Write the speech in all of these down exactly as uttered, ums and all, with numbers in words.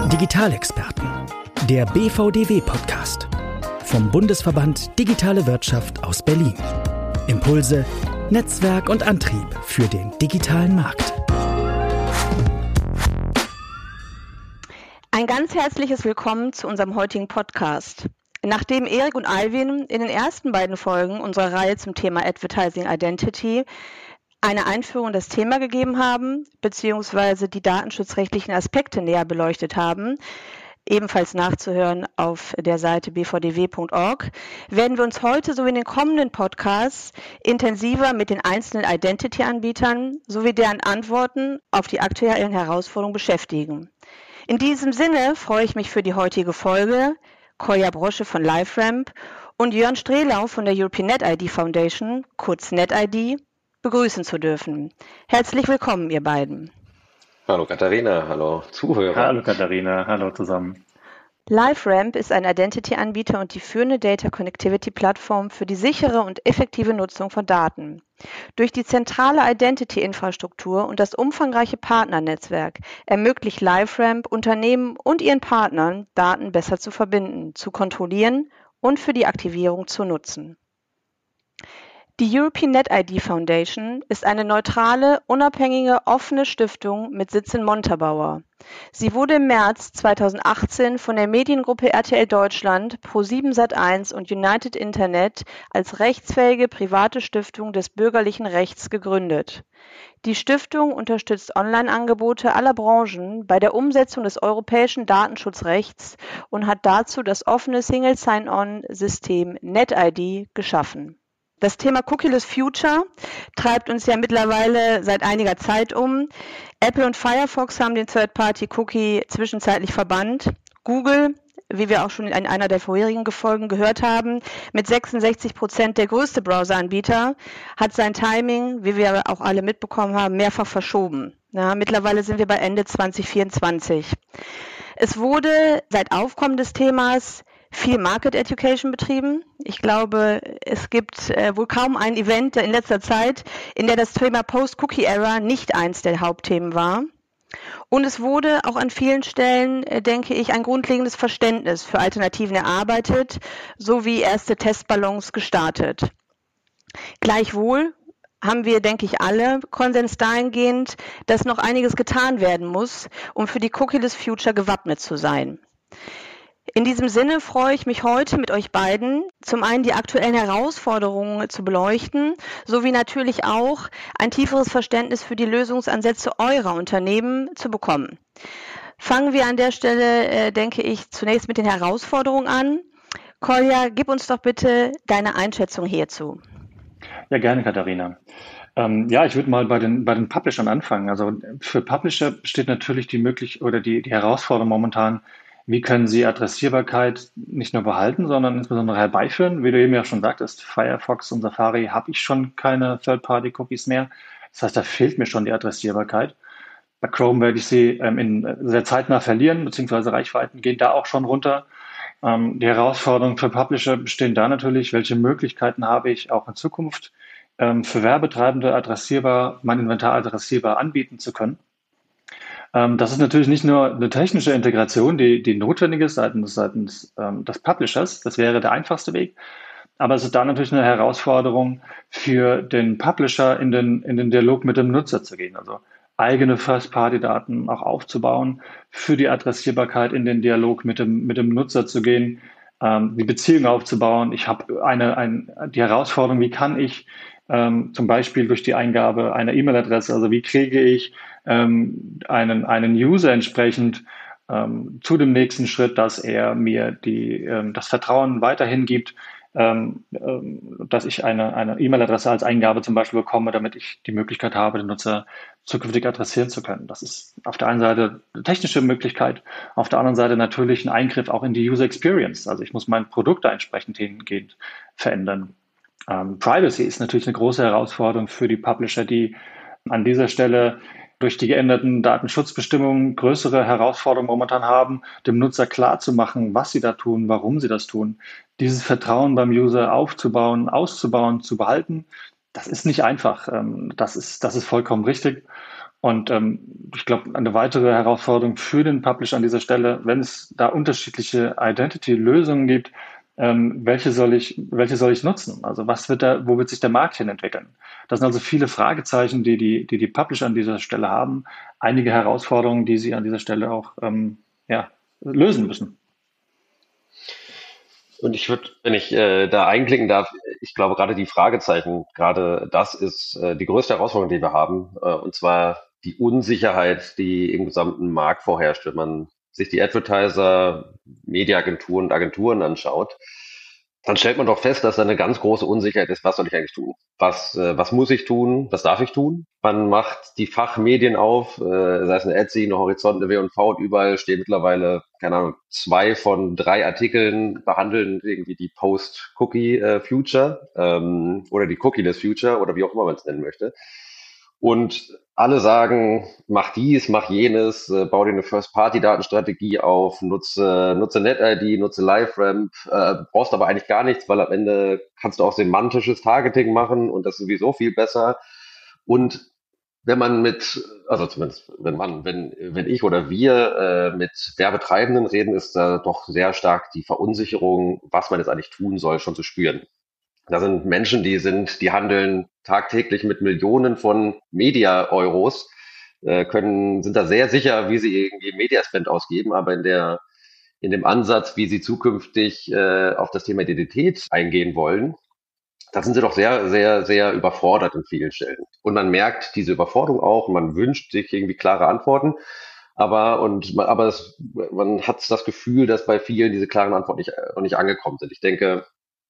Digitalexperten. Der B V D W-Podcast vom Bundesverband Digitale Wirtschaft aus Berlin. Impulse, Netzwerk und Antrieb für den digitalen Markt. Ein ganz herzliches Willkommen zu unserem heutigen Podcast. Nachdem Erik und Alvin in den ersten beiden Folgen unserer Reihe zum Thema Advertising Identity eine Einführung in das Thema gegeben haben, beziehungsweise die datenschutzrechtlichen Aspekte näher beleuchtet haben, ebenfalls nachzuhören auf der Seite b v d w punkt org, werden wir uns heute sowie in den kommenden Podcasts intensiver mit den einzelnen Identity-Anbietern sowie deren Antworten auf die aktuellen Herausforderungen beschäftigen. In diesem Sinne freue ich mich für die heutige Folge, Kolja Brosche von LiveRamp und Jörn Strelau von der European NetID Foundation, kurz NetID, begrüßen zu dürfen. Herzlich willkommen, ihr beiden. Hallo Katharina, hallo Zuhörer. Hallo Katharina, hallo zusammen. LiveRamp ist ein Identity-Anbieter und die führende Data Connectivity-Plattform für die sichere und effektive Nutzung von Daten. Durch die zentrale Identity-Infrastruktur und das umfangreiche Partnernetzwerk ermöglicht LiveRamp Unternehmen und ihren Partnern, Daten besser zu verbinden, zu kontrollieren und für die Aktivierung zu nutzen. Die European NetID Foundation ist eine neutrale, unabhängige, offene Stiftung mit Sitz in Montabaur. Sie wurde im März zweitausendachtzehn von der Mediengruppe R T L Deutschland, ProSieben Sat eins und United Internet als rechtsfähige private Stiftung des bürgerlichen Rechts gegründet. Die Stiftung unterstützt Online-Angebote aller Branchen bei der Umsetzung des europäischen Datenschutzrechts und hat dazu das offene Single Sign-On-System NetID geschaffen. Das Thema Cookieless Future treibt uns ja mittlerweile seit einiger Zeit um. Apple und Firefox haben den Third-Party-Cookie zwischenzeitlich verbannt. Google, wie wir auch schon in einer der vorherigen Folgen gehört haben, mit sechsundsechzig Prozent der größte Browseranbieter, hat sein Timing, wie wir auch alle mitbekommen haben, mehrfach verschoben. Ja, mittlerweile sind wir bei Ende zwanzig vierundzwanzig. Es wurde seit Aufkommen des Themas viel Market Education betrieben. Ich glaube, es gibt äh, wohl kaum ein Event in letzter Zeit, in der das Thema Post-Cookie-Era nicht eins der Hauptthemen war. Und es wurde auch an vielen Stellen, äh, denke ich, ein grundlegendes Verständnis für Alternativen erarbeitet, sowie erste Testballons gestartet. Gleichwohl haben wir, denke ich, alle Konsens dahingehend, dass noch einiges getan werden muss, um für die Cookieless Future gewappnet zu sein. In diesem Sinne freue ich mich heute mit euch beiden, zum einen die aktuellen Herausforderungen zu beleuchten, sowie natürlich auch ein tieferes Verständnis für die Lösungsansätze eurer Unternehmen zu bekommen. Fangen wir an der Stelle, äh, denke ich, zunächst mit den Herausforderungen an. Kolja, gib uns doch bitte deine Einschätzung hierzu. Ja, gerne, Katharina. Ähm, ja, ich würde mal bei den, bei den Publishern anfangen. Also für Publisher besteht natürlich die Möglichkeit oder die, die Herausforderung momentan, wie können Sie Adressierbarkeit nicht nur behalten, sondern insbesondere herbeiführen? Wie du eben ja schon sagtest, Firefox und Safari habe ich schon keine Third-Party-Cookies mehr. Das heißt, da fehlt mir schon die Adressierbarkeit. Bei Chrome werde ich sie ähm, in sehr zeitnah verlieren, beziehungsweise Reichweiten gehen da auch schon runter. Ähm, die Herausforderungen für Publisher bestehen da natürlich, welche Möglichkeiten habe ich auch in Zukunft ähm, für Werbetreibende adressierbar, mein Inventar adressierbar anbieten zu können. Das ist natürlich nicht nur eine technische Integration, die, die notwendig ist seitens, seitens ähm, des Publishers. Das wäre der einfachste Weg. Aber es ist da natürlich eine Herausforderung für den Publisher, in den, in den Dialog mit dem Nutzer zu gehen. Also eigene First-Party-Daten auch aufzubauen, für die Adressierbarkeit in den Dialog mit dem, mit dem Nutzer zu gehen, ähm, die Beziehung aufzubauen. Ich habe eine, ein, die Herausforderung, wie kann ich ähm, zum Beispiel durch die Eingabe einer E-Mail-Adresse, also wie kriege ich einen, einen User entsprechend ähm, zu dem nächsten Schritt, dass er mir die, ähm, das Vertrauen weiterhin gibt, ähm, ähm, dass ich eine, eine E-Mail-Adresse als Eingabe zum Beispiel bekomme, damit ich die Möglichkeit habe, den Nutzer zukünftig adressieren zu können. Das ist auf der einen Seite eine technische Möglichkeit, auf der anderen Seite natürlich ein Eingriff auch in die User Experience. Also ich muss mein Produkt da entsprechend hingehend verändern. Ähm, Privacy ist natürlich eine große Herausforderung für die Publisher, die an dieser Stelle durch die geänderten Datenschutzbestimmungen größere Herausforderungen momentan haben, dem Nutzer klarzumachen, was sie da tun, warum sie das tun. Dieses Vertrauen beim User aufzubauen, auszubauen, zu behalten, das ist nicht einfach. Das ist, das ist vollkommen richtig. Und ähm, ich glaube, eine weitere Herausforderung für den Publisher an dieser Stelle, wenn es da unterschiedliche Identity-Lösungen gibt, ähm, welche soll ich, welche soll ich nutzen? Also was wird da, wo wird sich der Markt hin entwickeln? Das sind also viele Fragezeichen, die die, die, die Publisher an dieser Stelle haben. Einige Herausforderungen, die sie an dieser Stelle auch ähm, ja, lösen müssen. Und ich würde, wenn ich äh, da einklicken darf, ich glaube gerade die Fragezeichen, gerade das ist äh, die größte Herausforderung, die wir haben, äh, und zwar die Unsicherheit, die im gesamten Markt vorherrscht, wenn man sich die Advertiser, Mediaagenturen und Agenturen anschaut, dann stellt man doch fest, dass da eine ganz große Unsicherheit ist, was soll ich eigentlich tun? Was, äh, was muss ich tun? Was darf ich tun? Man macht die Fachmedien auf, äh, sei es eine Etsy, eine Horizont, eine W und V und überall stehen mittlerweile, keine Ahnung, zwei von drei Artikeln behandeln irgendwie die Post-Cookie-Future ähm, oder die Cookie-less Future oder wie auch immer man es nennen möchte. Und alle sagen, mach dies, mach jenes, äh, bau dir eine First-Party-Datenstrategie auf, nutze, nutze NetID, nutze LiveRamp, äh, brauchst aber eigentlich gar nichts, weil am Ende kannst du auch semantisches Targeting machen und das ist sowieso viel besser. Und wenn man mit, also zumindest wenn man, wenn, wenn ich oder wir äh, mit Werbetreibenden reden, ist da doch sehr stark die Verunsicherung, was man jetzt eigentlich tun soll, schon zu spüren. Da sind Menschen, die sind, die handeln tagtäglich mit Millionen von Media-Euros, äh, können, sind da sehr sicher, wie sie irgendwie Mediaspend ausgeben, aber in der, in dem Ansatz, wie sie zukünftig äh, auf das Thema Identität eingehen wollen, da sind sie doch sehr, sehr, sehr überfordert in vielen Stellen. Und man merkt diese Überforderung auch, man wünscht sich irgendwie klare Antworten, aber und man, aber es, man hat das Gefühl, dass bei vielen diese klaren Antworten nicht, noch nicht angekommen sind. Ich denke,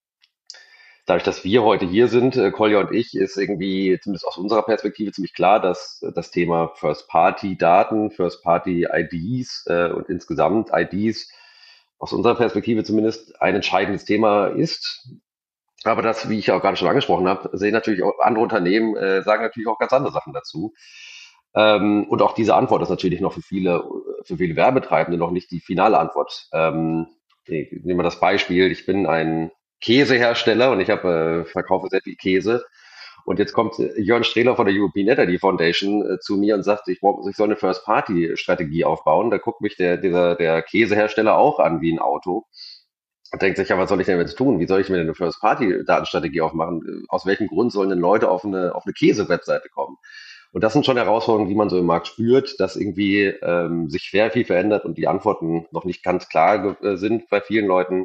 dadurch, dass wir heute hier sind, äh, Kolja und ich, ist irgendwie, zumindest aus unserer Perspektive, ziemlich klar, dass äh, das Thema First-Party-Daten, First-Party-I Ds äh, und insgesamt I Ds aus unserer Perspektive zumindest ein entscheidendes Thema ist. Aber das, wie ich auch gerade schon angesprochen habe, sehen natürlich auch andere Unternehmen, äh, sagen natürlich auch ganz andere Sachen dazu. Ähm, und auch diese Antwort ist natürlich noch für viele, für viele Werbetreibende noch nicht die finale Antwort. Ähm, ich nehme mal das Beispiel, ich bin ein Käsehersteller und ich habe, äh, verkaufe sehr viel Käse. Und jetzt kommt äh, Jörn Strehler von der European NetID Foundation äh, zu mir und sagt, ich, brauch, ich soll eine First-Party-Strategie aufbauen. Da guckt mich der, dieser, der Käsehersteller auch an wie ein Auto und denkt sich, ja, was soll ich denn jetzt tun? Wie soll ich mir denn eine First-Party-Datenstrategie aufmachen? Aus welchem Grund sollen denn Leute auf eine, auf eine Käse-Webseite kommen? Und das sind schon Herausforderungen, die man so im Markt spürt, dass irgendwie ähm, sich sehr viel verändert und die Antworten noch nicht ganz klar ge- äh, sind bei vielen Leuten.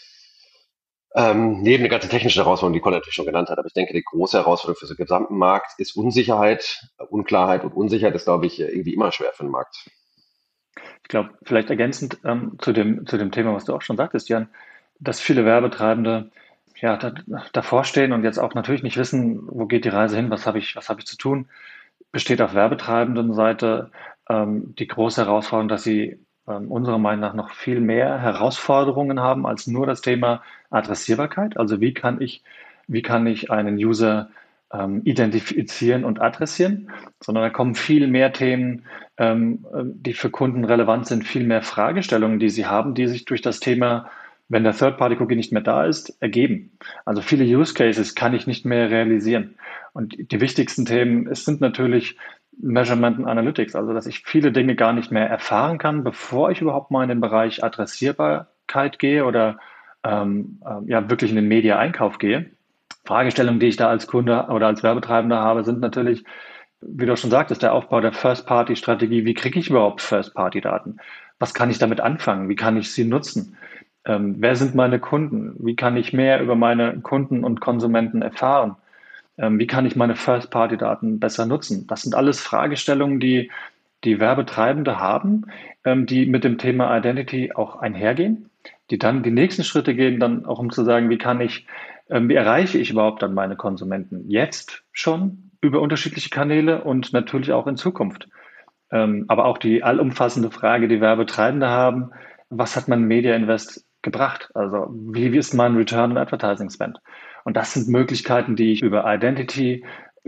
Ähm, neben der ganzen technischen Herausforderung, die Colin natürlich schon genannt hat, aber ich denke, die große Herausforderung für den gesamten Markt ist Unsicherheit, Unklarheit und Unsicherheit ist, glaube ich, irgendwie immer schwer für den Markt. Ich glaube, vielleicht ergänzend ähm, zu dem, zu dem Thema, was du auch schon sagtest, Jan, dass viele Werbetreibende ja, da, davor stehen und jetzt auch natürlich nicht wissen, wo geht die Reise hin, was habe ich, was habe ich zu tun, besteht auf werbetreibenden Seite ähm, die große Herausforderung, dass sie ähm, unserer Meinung nach noch viel mehr Herausforderungen haben als nur das Thema Adressierbarkeit. Also wie kann ich, wie kann ich einen User ähm, identifizieren und adressieren, sondern da kommen viel mehr Themen, ähm, die für Kunden relevant sind, viel mehr Fragestellungen, die sie haben, die sich durch das Thema, wenn der Third-Party-Cookie nicht mehr da ist, ergeben. Also viele Use Cases kann ich nicht mehr realisieren. Und die wichtigsten Themen es sind natürlich Measurement und Analytics, also dass ich viele Dinge gar nicht mehr erfahren kann, bevor ich überhaupt mal in den Bereich Adressierbarkeit gehe oder ähm, äh, ja wirklich in den Media-Einkauf gehe. Fragestellungen, die ich da als Kunde oder als Werbetreibender habe, sind natürlich, wie du schon sagtest, der Aufbau der First-Party-Strategie. Wie kriege ich überhaupt First-Party-Daten? Was kann ich damit anfangen? Wie kann ich sie nutzen? Ähm, wer sind meine Kunden? Wie kann ich mehr über meine Kunden und Konsumenten erfahren? Ähm, wie kann ich meine First-Party-Daten besser nutzen? Das sind alles Fragestellungen, die die Werbetreibende haben, ähm, die mit dem Thema Identity auch einhergehen, die dann die nächsten Schritte gehen, dann auch um zu sagen, wie kann ich, ähm, wie erreiche ich überhaupt dann meine Konsumenten jetzt schon über unterschiedliche Kanäle und natürlich auch in Zukunft. Ähm, aber auch die allumfassende Frage, die Werbetreibende haben, was hat mein Media Invest gebracht? Also wie, wie ist mein Return on Advertising Spend? Und das sind Möglichkeiten, die ich über Identity,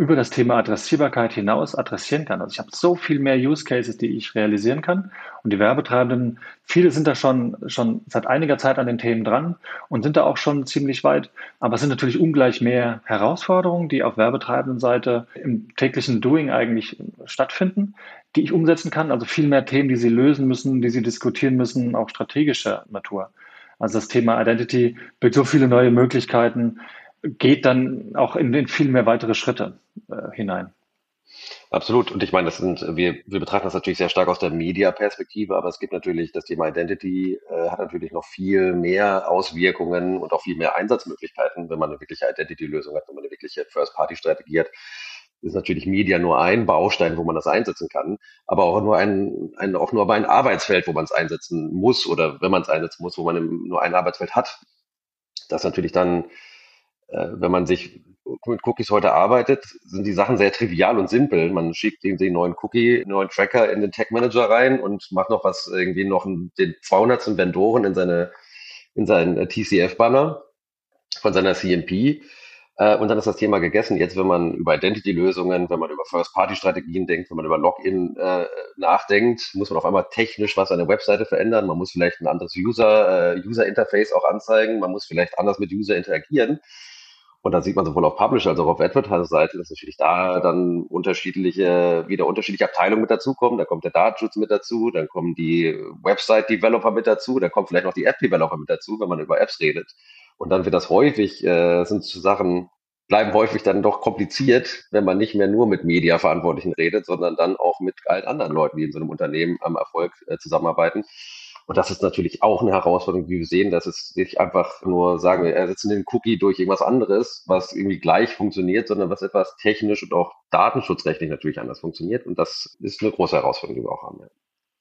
über das Thema Adressierbarkeit hinaus adressieren kann. Also ich habe so viel mehr Use Cases, die ich realisieren kann. Und die Werbetreibenden, viele sind da schon, schon seit einiger Zeit an den Themen dran und sind da auch schon ziemlich weit. Aber es sind natürlich ungleich mehr Herausforderungen, die auf werbetreibenden Seite im täglichen Doing eigentlich stattfinden, die ich umsetzen kann. Also viel mehr Themen, die sie lösen müssen, die sie diskutieren müssen, auch strategischer Natur. Also das Thema Identity birgt so viele neue Möglichkeiten, geht dann auch in, in viel mehr weitere Schritte äh, hinein. Absolut. Und ich meine, das sind, wir, wir betrachten das natürlich sehr stark aus der Media-Perspektive, aber es gibt natürlich, das Thema Identity äh, hat natürlich noch viel mehr Auswirkungen und auch viel mehr Einsatzmöglichkeiten, wenn man eine wirkliche Identity-Lösung hat, wenn man eine wirkliche First-Party-Strategie hat. Ist natürlich Media nur ein Baustein, wo man das einsetzen kann, aber auch nur ein, ein auch nur ein Arbeitsfeld, wo man es einsetzen muss oder wenn man es einsetzen muss, wo man nur ein Arbeitsfeld hat. Das natürlich dann, äh, wenn man sich mit Cookies heute arbeitet, sind die Sachen sehr trivial und simpel. Man schickt den, den neuen Cookie, den neuen Tracker in den Tag Manager rein und macht noch was, irgendwie noch einen, den zweihundertsten Vendoren in seine, in seinen T C F-Banner von seiner C M P. Äh, und dann ist das Thema gegessen. Jetzt, wenn man über Identity-Lösungen, wenn man über First-Party-Strategien denkt, wenn man über Login äh, nachdenkt, muss man auf einmal technisch was an der Webseite verändern. Man muss vielleicht ein anderes User, äh, User-Interface auch anzeigen. Man muss vielleicht anders mit User interagieren. Und da sieht man sowohl auf Publisher als auch auf Advertiser-Seite, dass natürlich da dann unterschiedliche, wieder unterschiedliche Abteilungen mit dazukommen. Da kommt der Datenschutz mit dazu, dann kommen die Website-Developer mit dazu, dann kommt vielleicht noch die App-Developer mit dazu, wenn man über Apps redet. Und dann wird das häufig, äh, sind so Sachen, bleiben häufig dann doch kompliziert, wenn man nicht mehr nur mit Media-Verantwortlichen redet, sondern dann auch mit allen anderen Leuten, die in so einem Unternehmen am Erfolg äh, zusammenarbeiten. Und das ist natürlich auch eine Herausforderung, wie wir sehen, dass es nicht einfach nur sagen, wir ersetzen den Cookie durch irgendwas anderes, was irgendwie gleich funktioniert, sondern was etwas technisch und auch datenschutzrechtlich natürlich anders funktioniert. Und das ist eine große Herausforderung, die wir auch haben. Ja.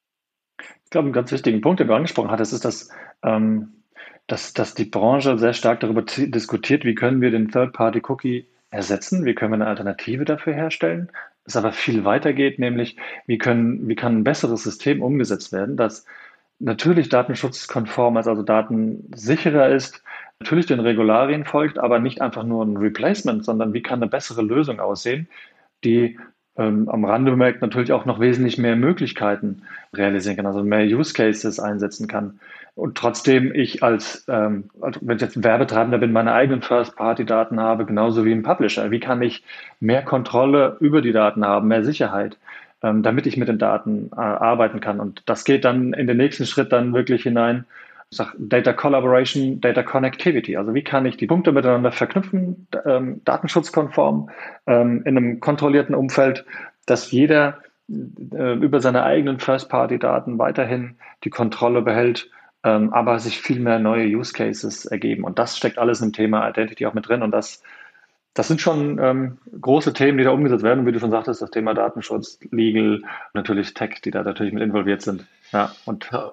Ich glaube, einen ganz wichtigen Punkt, den du angesprochen hattest, ist, dass, ähm, dass, dass die Branche sehr stark darüber t- diskutiert, wie können wir den Third-Party-Cookie ersetzen, wie können wir eine Alternative dafür herstellen. Es aber viel weiter geht, nämlich wie können, wie kann ein besseres System umgesetzt werden, das natürlich datenschutzkonform ist, also datensicherer ist, natürlich den Regularien folgt, aber nicht einfach nur ein Replacement, sondern wie kann eine bessere Lösung aussehen, die ähm, am Rande bemerkt natürlich auch noch wesentlich mehr Möglichkeiten realisieren kann, also mehr Use Cases einsetzen kann. Und trotzdem ich als, ähm, also wenn ich jetzt ein Werbetreibender bin, meine eigenen First-Party-Daten habe, genauso wie ein Publisher. Wie kann ich mehr Kontrolle über die Daten haben, mehr Sicherheit? Ähm, damit ich mit den Daten äh, arbeiten kann. Und das geht dann in den nächsten Schritt dann wirklich hinein, ich sag Data Collaboration, Data Connectivity. Also wie kann ich die Punkte miteinander verknüpfen, ähm, datenschutzkonform, ähm, in einem kontrollierten Umfeld, dass jeder äh, über seine eigenen First-Party-Daten weiterhin die Kontrolle behält, ähm, aber sich viel mehr neue Use Cases ergeben. Und das steckt alles im Thema Identity auch mit drin. Und das Das sind schon ähm, große Themen, die da umgesetzt werden. Und wie du schon sagtest, das Thema Datenschutz, Legal, natürlich Tech, die da natürlich mit involviert sind. Ja, und Ja.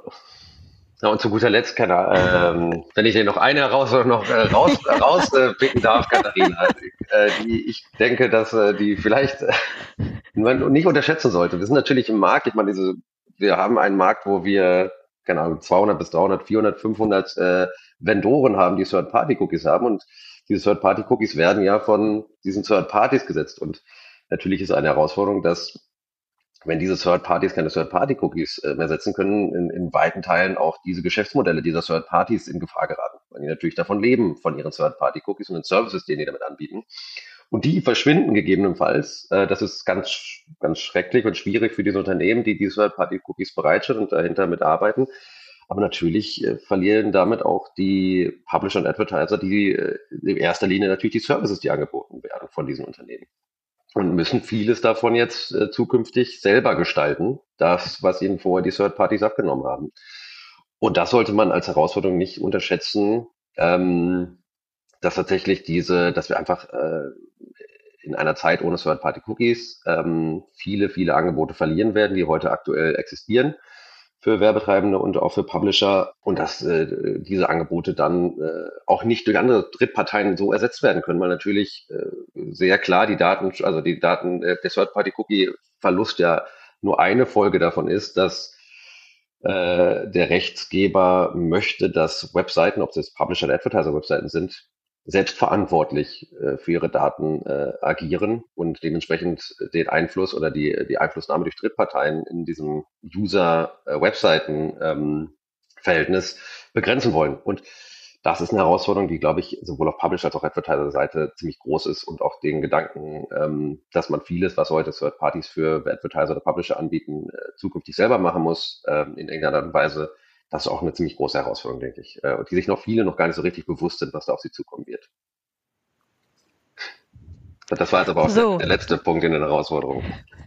Ja, und zu guter Letzt, keine, ähm, wenn ich dir noch eine Herausforderung noch äh, raus, rauspicken darf, Katharina, äh, die ich denke, dass äh, die vielleicht äh, man nicht unterschätzen sollte. Wir sind natürlich im Markt, ich meine, diese, wir haben einen Markt, wo wir, keine Ahnung, zweihundert bis dreihundert, vierhundert, fünfhundert äh, Vendoren haben, die Third-Party-Cookies haben und diese Third-Party-Cookies werden ja von diesen Third-Parties gesetzt und natürlich ist eine Herausforderung, dass wenn diese Third-Parties keine Third-Party-Cookies äh, mehr setzen können, in, in weiten Teilen auch diese Geschäftsmodelle dieser Third-Parties in Gefahr geraten, weil die natürlich davon leben, von ihren Third-Party-Cookies und den Services, die die damit anbieten. Und die verschwinden gegebenenfalls. Äh, das ist ganz, ganz schrecklich und schwierig für diese Unternehmen, die diese Third-Party-Cookies bereitstellen und dahinter mitarbeiten. Aber natürlich äh, verlieren damit auch die Publisher und Advertiser, die äh, in erster Linie natürlich die Services, die angeboten werden von diesen Unternehmen. Und müssen vieles davon jetzt äh, zukünftig selber gestalten, das, was ihnen vorher die Third Parties abgenommen haben. Und das sollte man als Herausforderung nicht unterschätzen, ähm, dass tatsächlich diese, dass wir einfach äh, in einer Zeit ohne Third Party Cookies ähm, viele, viele Angebote verlieren werden, die heute aktuell existieren für Werbetreibende und auch für Publisher und dass äh, diese Angebote dann äh, auch nicht durch andere Drittparteien so ersetzt werden können, weil natürlich äh, sehr klar die Daten, also die Daten, äh, der Third-Party-Cookie-Verlust ja nur eine Folge davon ist, dass äh, der Rechtsgeber möchte, dass Webseiten, ob es jetzt Publisher- oder Advertiser-Webseiten sind, selbstverantwortlich äh, für ihre Daten äh, agieren und dementsprechend den Einfluss oder die, die Einflussnahme durch Drittparteien in diesem User-Webseiten-Verhältnis begrenzen wollen. Und das ist eine Herausforderung, die, glaube ich, sowohl auf Publisher als auch Advertiser-Seite ziemlich groß ist und auch den Gedanken, ähm, dass man vieles, was heute Third Parties für Advertiser oder Publisher anbieten, äh, zukünftig selber machen muss, ähm, in irgendeiner Art und Weise. Das ist auch eine ziemlich große Herausforderung, denke ich, äh, und die sich noch viele noch gar nicht so richtig bewusst sind, was da auf sie zukommen wird. Das war jetzt aber auch so. der, der letzte Punkt in den Herausforderungen.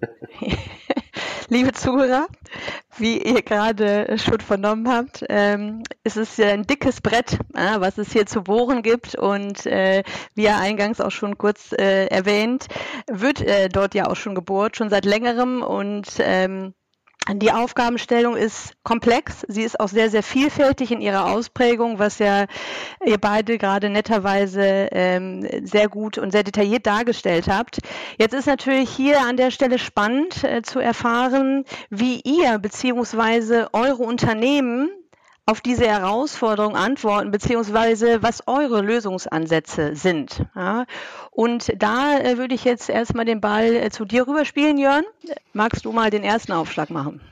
Liebe Zuhörer, wie ihr gerade schon vernommen habt, ähm, es ist ja ein dickes Brett, äh, was es hier zu bohren gibt und äh, wie ja eingangs auch schon kurz äh, erwähnt, wird äh, dort ja auch schon gebohrt, schon seit längerem und ähm, die Aufgabenstellung ist komplex. Sie ist auch sehr, sehr vielfältig in ihrer Ausprägung, was ja ihr beide gerade netterweise ähm, sehr gut und sehr detailliert dargestellt habt. Jetzt ist natürlich hier an der Stelle spannend äh, zu erfahren, wie ihr bzw. eure Unternehmen auf diese Herausforderung antworten, beziehungsweise was eure Lösungsansätze sind. Ja, und da äh, würde ich jetzt erstmal den Ball äh, zu dir rüberspielen, Jörn. Magst du mal den ersten Aufschlag machen?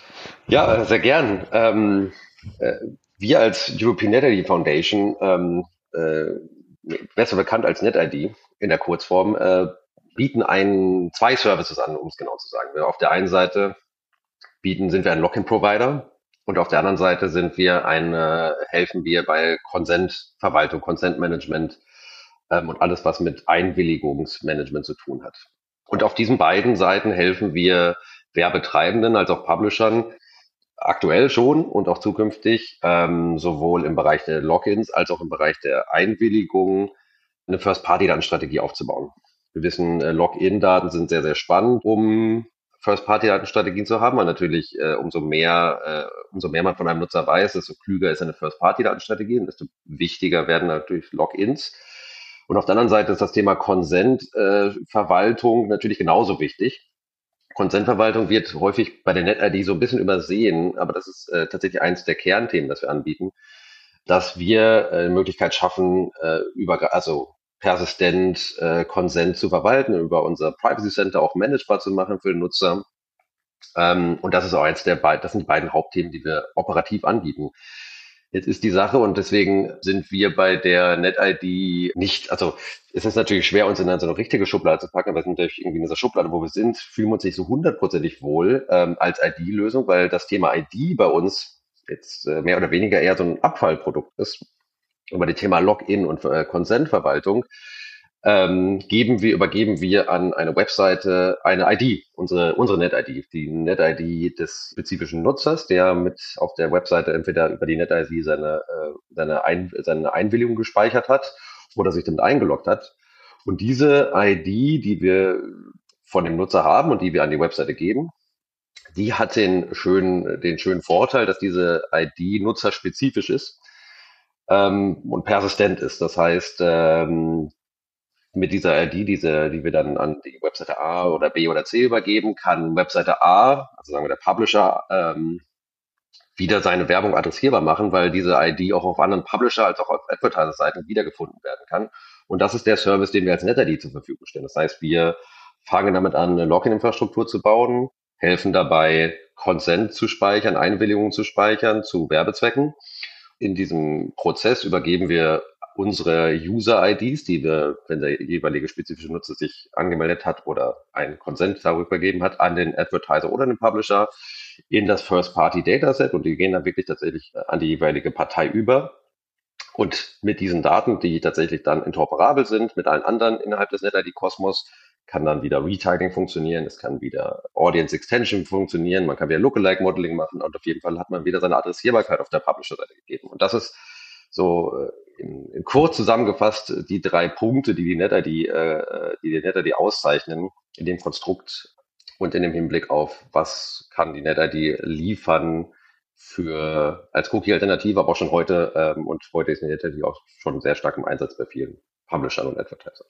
Ja, sehr gern. Ähm, äh, wir als European NetID Foundation, ähm, äh, besser bekannt als NetID in der Kurzform, äh, bieten ein, zwei Services an, um es genau zu sagen. Auf der einen Seite bieten, sind wir ein Login-Provider. Und auf der anderen Seite sind wir eine, helfen wir bei Consent-Verwaltung, Consent-Management ähm, und alles, was mit Einwilligungsmanagement zu tun hat. Und auf diesen beiden Seiten helfen wir Werbetreibenden als auch Publishern aktuell schon und auch zukünftig, ähm, sowohl im Bereich der Logins als auch im Bereich der Einwilligung eine First-Party-Datenstrategie aufzubauen. Wir wissen, äh, Login-Daten sind sehr, sehr spannend, um First-Party-Datenstrategien zu haben, weil natürlich äh, umso mehr äh, umso mehr man von einem Nutzer weiß, desto klüger ist eine First-Party-Datenstrategie und desto wichtiger werden natürlich Logins. Und auf der anderen Seite ist das Thema Consent-Verwaltung äh, natürlich genauso wichtig. Consent-Verwaltung wird häufig bei der NetID so ein bisschen übersehen, aber das ist äh, tatsächlich eins der Kernthemen, das wir anbieten, dass wir äh, Möglichkeit schaffen, äh, über also persistent äh, Consent zu verwalten, über unser Privacy Center auch managebar zu machen für den Nutzer. Ähm, und das ist auch eins der beiden, das sind die beiden Hauptthemen, die wir operativ anbieten. Jetzt ist die Sache und deswegen sind wir bei der NetID nicht, also es ist natürlich schwer, uns in eine so eine richtige Schublade zu packen, aber wir sind natürlich irgendwie in dieser Schublade, wo wir sind, fühlen wir uns nicht so hundertprozentig wohl ähm, als I D-Lösung, weil das Thema I D bei uns jetzt äh, mehr oder weniger eher so ein Abfallprodukt ist. Und bei dem Thema Login und äh, Consent-Verwaltung ähm, geben wir, übergeben wir an eine Webseite eine I D, unsere, unsere NetID, die NetID des spezifischen Nutzers, der mit auf der Webseite entweder über die NetID seine, äh, seine, Ein, seine Einwilligung gespeichert hat oder sich damit eingeloggt hat. Und diese I D, die wir von dem Nutzer haben und die wir an die Webseite geben, die hat den schönen, den schönen Vorteil, dass diese I D nutzerspezifisch ist ähm, und persistent ist. Das heißt, ähm, mit dieser I D, diese, die wir dann an die Webseite A oder B oder C übergeben, kann Webseite A, also sagen wir der Publisher, ähm, wieder seine Werbung adressierbar machen, weil diese I D auch auf anderen Publisher als auch auf Advertiser-Seiten wiedergefunden werden kann. Und das ist der Service, den wir als NetID zur Verfügung stellen. Das heißt, wir fangen damit an, eine Login-Infrastruktur zu bauen, helfen dabei, Consent zu speichern, Einwilligungen zu speichern zu Werbezwecken. In diesem Prozess übergeben wir unsere User-I Ds, die wir, wenn der jeweilige spezifische Nutzer sich angemeldet hat oder einen Consent darüber gegeben hat, an den Advertiser oder den Publisher in das First-Party-Dataset und die gehen dann wirklich tatsächlich an die jeweilige Partei über. Und mit diesen Daten, die tatsächlich dann interoperabel sind mit allen anderen innerhalb des NetID-Kosmos, kann dann wieder Retargeting funktionieren, es kann wieder Audience Extension funktionieren, man kann wieder Lookalike-Modeling machen und auf jeden Fall hat man wieder seine Adressierbarkeit auf der Publisher-Seite gegeben. Und das ist so in, in kurz zusammengefasst die drei Punkte, die die NetID, äh, die die NetID auszeichnen in dem Konstrukt und in dem Hinblick auf, was kann die NetID liefern für als Cookie-Alternative, aber auch schon heute ähm, und heute ist die NetID auch schon sehr stark im Einsatz bei vielen Publishern und Advertisern.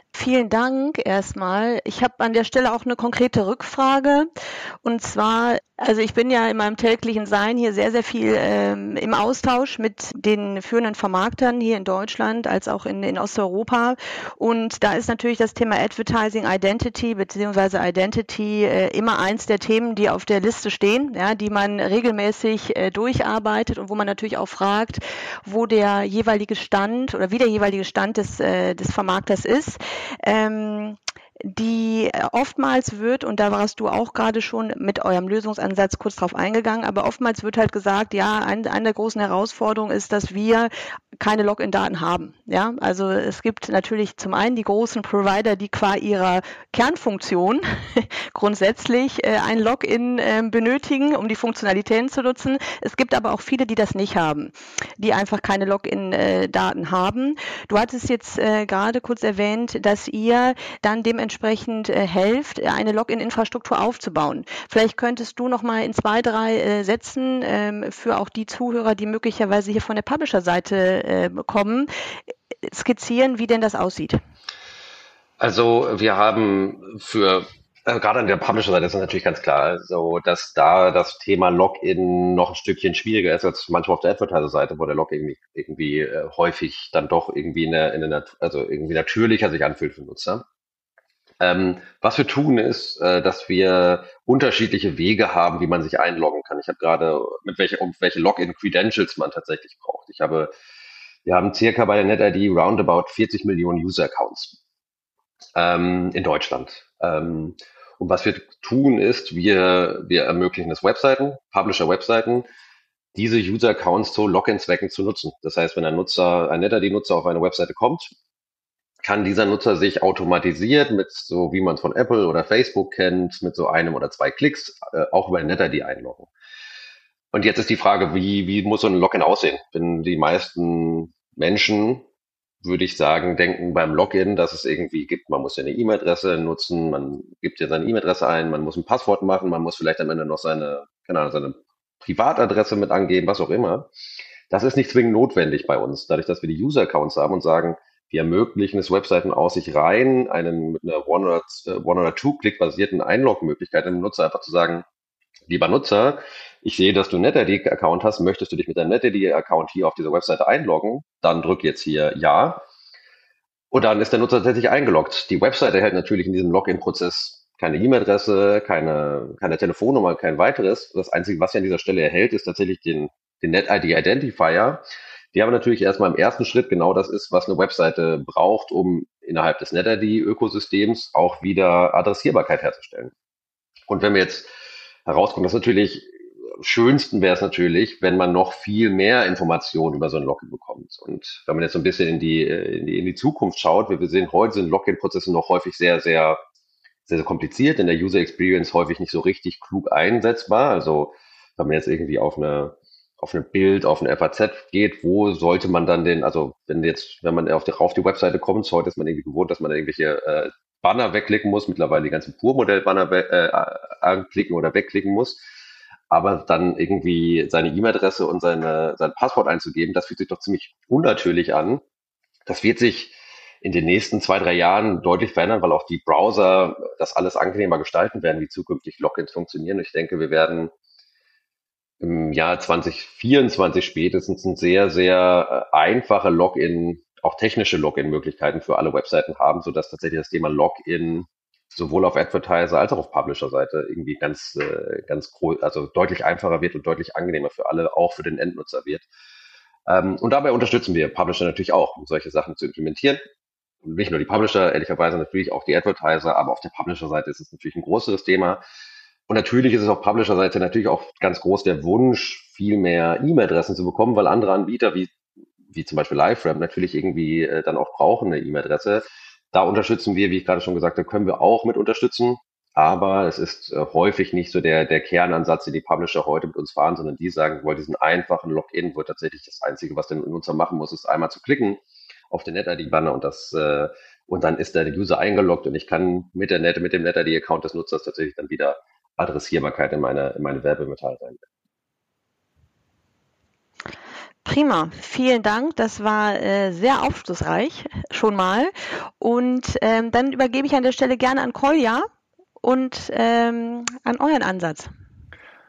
Vielen Dank erstmal. Ich habe an der Stelle auch eine konkrete Rückfrage. Und zwar Also ich bin ja in meinem täglichen Sein hier sehr, sehr viel ähm, im Austausch mit den führenden Vermarktern hier in Deutschland als auch in, in Osteuropa. Und da ist natürlich das Thema Advertising Identity bzw. Identity äh, immer eins der Themen, die auf der Liste stehen, ja, die man regelmäßig äh, durcharbeitet und wo man natürlich auch fragt, wo der jeweilige Stand oder wie der jeweilige Stand des, äh, des Vermarkters ist. Ähm, die oftmals wird, und da warst du auch gerade schon mit eurem Lösungsansatz kurz drauf eingegangen, aber oftmals wird halt gesagt, ja, ein, eine der großen Herausforderungen ist, dass wir keine Login-Daten haben. Ja, also es gibt natürlich zum einen die großen Provider, die qua ihrer Kernfunktion grundsätzlich äh, ein Login äh, benötigen, um die Funktionalitäten zu nutzen. Es gibt aber auch viele, die das nicht haben, die einfach keine Login-Daten haben. Du hattest jetzt äh, gerade kurz erwähnt, dass ihr dann dementsprechend äh, helft, eine Login-Infrastruktur aufzubauen. Vielleicht könntest du noch mal in zwei, drei äh, Sätzen ähm, für auch die Zuhörer, die möglicherweise hier von der Publisher-Seite äh, kommen, skizzieren, wie denn das aussieht. Also wir haben für äh, gerade an der Publisher-Seite ist es natürlich ganz klar, so dass da das Thema Login noch ein Stückchen schwieriger ist als manchmal auf der Advertiser-Seite, wo der Login irgendwie, irgendwie äh, häufig dann doch irgendwie in der, in der Nat- also irgendwie natürlicher sich anfühlt für den Nutzer. Ähm, was wir tun ist, äh, dass wir unterschiedliche Wege haben, wie man sich einloggen kann. Ich habe gerade mit welche um welche Login-Credentials man tatsächlich braucht. Ich habe, wir haben circa bei der NetID roundabout vierzig Millionen User-Accounts ähm, in Deutschland. Ähm, und was wir tun ist, wir wir ermöglichen es Webseiten, Publisher-Webseiten, diese User-Accounts zu Login-Zwecken zu nutzen. Das heißt, wenn ein Nutzer, ein NetID-Nutzer auf eine Webseite kommt, kann dieser Nutzer sich automatisiert mit so, wie man es von Apple oder Facebook kennt, mit so einem oder zwei Klicks äh, auch über NetID einloggen. Und jetzt ist die Frage, wie, wie muss so ein Login aussehen? Wenn die meisten Menschen, würde ich sagen, denken beim Login, dass es irgendwie gibt, man muss ja eine E-Mail-Adresse nutzen, man gibt ja seine E-Mail-Adresse ein, man muss ein Passwort machen, man muss vielleicht am Ende noch seine, keine Ahnung, seine Privatadresse mit angeben, was auch immer. Das ist nicht zwingend notwendig bei uns, dadurch, dass wir die User-Accounts haben und sagen, wir ermöglichen es Webseiten aus, sich rein einen mit einer One- oder, One- oder Two-Click-basierten Einlog-Möglichkeit dem Nutzer einfach zu sagen, lieber Nutzer, ich sehe, dass du einen NetID-Account hast, möchtest du dich mit deinem NetID-Account hier auf dieser Webseite einloggen? Dann drück jetzt hier Ja. Und dann ist der Nutzer tatsächlich eingeloggt. Die Webseite erhält natürlich in diesem Login-Prozess keine E-Mail-Adresse, keine, keine Telefonnummer, kein weiteres. Das Einzige, was sie an dieser Stelle erhält, ist tatsächlich den, den NetID-Identifier, die aber natürlich erstmal im ersten Schritt genau das ist, was eine Webseite braucht, um innerhalb des NetID-Ökosystems auch wieder Adressierbarkeit herzustellen. Und wenn wir jetzt herauskommen, das natürlich am schönsten wäre es natürlich, wenn man noch viel mehr Informationen über so ein Login bekommt. Und wenn man jetzt so ein bisschen in die, in die, in die Zukunft schaut, wie wir sehen, heute sind Login-Prozesse noch häufig sehr, sehr, sehr, sehr kompliziert, in der User Experience häufig nicht so richtig klug einsetzbar. Also wenn man jetzt irgendwie auf eine auf ein Bild, auf eine F A Z geht, wo sollte man dann den, also wenn jetzt, wenn man auf die, auf die Webseite kommt, heute ist man irgendwie gewohnt, dass man irgendwelche äh, Banner wegklicken muss, mittlerweile die ganzen Pur-Modell-Banner äh, anklicken oder wegklicken muss, aber dann irgendwie seine E-Mail-Adresse und seine, sein Passwort einzugeben, das fühlt sich doch ziemlich unnatürlich an. Das wird sich in den nächsten zwei, drei Jahren deutlich verändern, weil auch die Browser das alles angenehmer gestalten werden, wie zukünftig Logins funktionieren. Und ich denke, wir werden im Jahr zwanzig vierundzwanzig spätestens ein sehr, sehr äh, einfache Login, auch technische Login-Möglichkeiten für alle Webseiten haben, sodass tatsächlich das Thema Login sowohl auf Advertiser als auch auf Publisher-Seite irgendwie ganz, äh, ganz groß, also deutlich einfacher wird und deutlich angenehmer für alle, auch für den Endnutzer wird. Ähm, und dabei unterstützen wir Publisher natürlich auch, um solche Sachen zu implementieren. Und nicht nur die Publisher, ehrlicherweise natürlich auch die Advertiser, aber auf der Publisher-Seite ist es natürlich ein größeres Thema. Und natürlich ist es auf Publisher-Seite natürlich auch ganz groß der Wunsch, viel mehr E-Mail-Adressen zu bekommen, weil andere Anbieter wie, wie zum Beispiel LiveRamp natürlich irgendwie äh, dann auch brauchen eine E-Mail-Adresse. Da unterstützen wir, wie ich gerade schon gesagt habe, können wir auch mit unterstützen. Aber es ist äh, häufig nicht so der, der Kernansatz, den die Publisher heute mit uns fahren, sondern die sagen, wir wollen diesen einfachen Login, wo tatsächlich das Einzige, was der Nutzer machen muss, ist einmal zu klicken auf den NetID-Banner und das äh, und dann ist der User eingeloggt und ich kann mit der Net, mit dem NetID-Account des Nutzers tatsächlich dann wieder Adressierbarkeit in meine, in meine Werbemitteilung rein. Prima, vielen Dank. Das war äh, sehr aufschlussreich schon mal. Und ähm, dann übergebe ich an der Stelle gerne an Kolja und ähm, an euren Ansatz.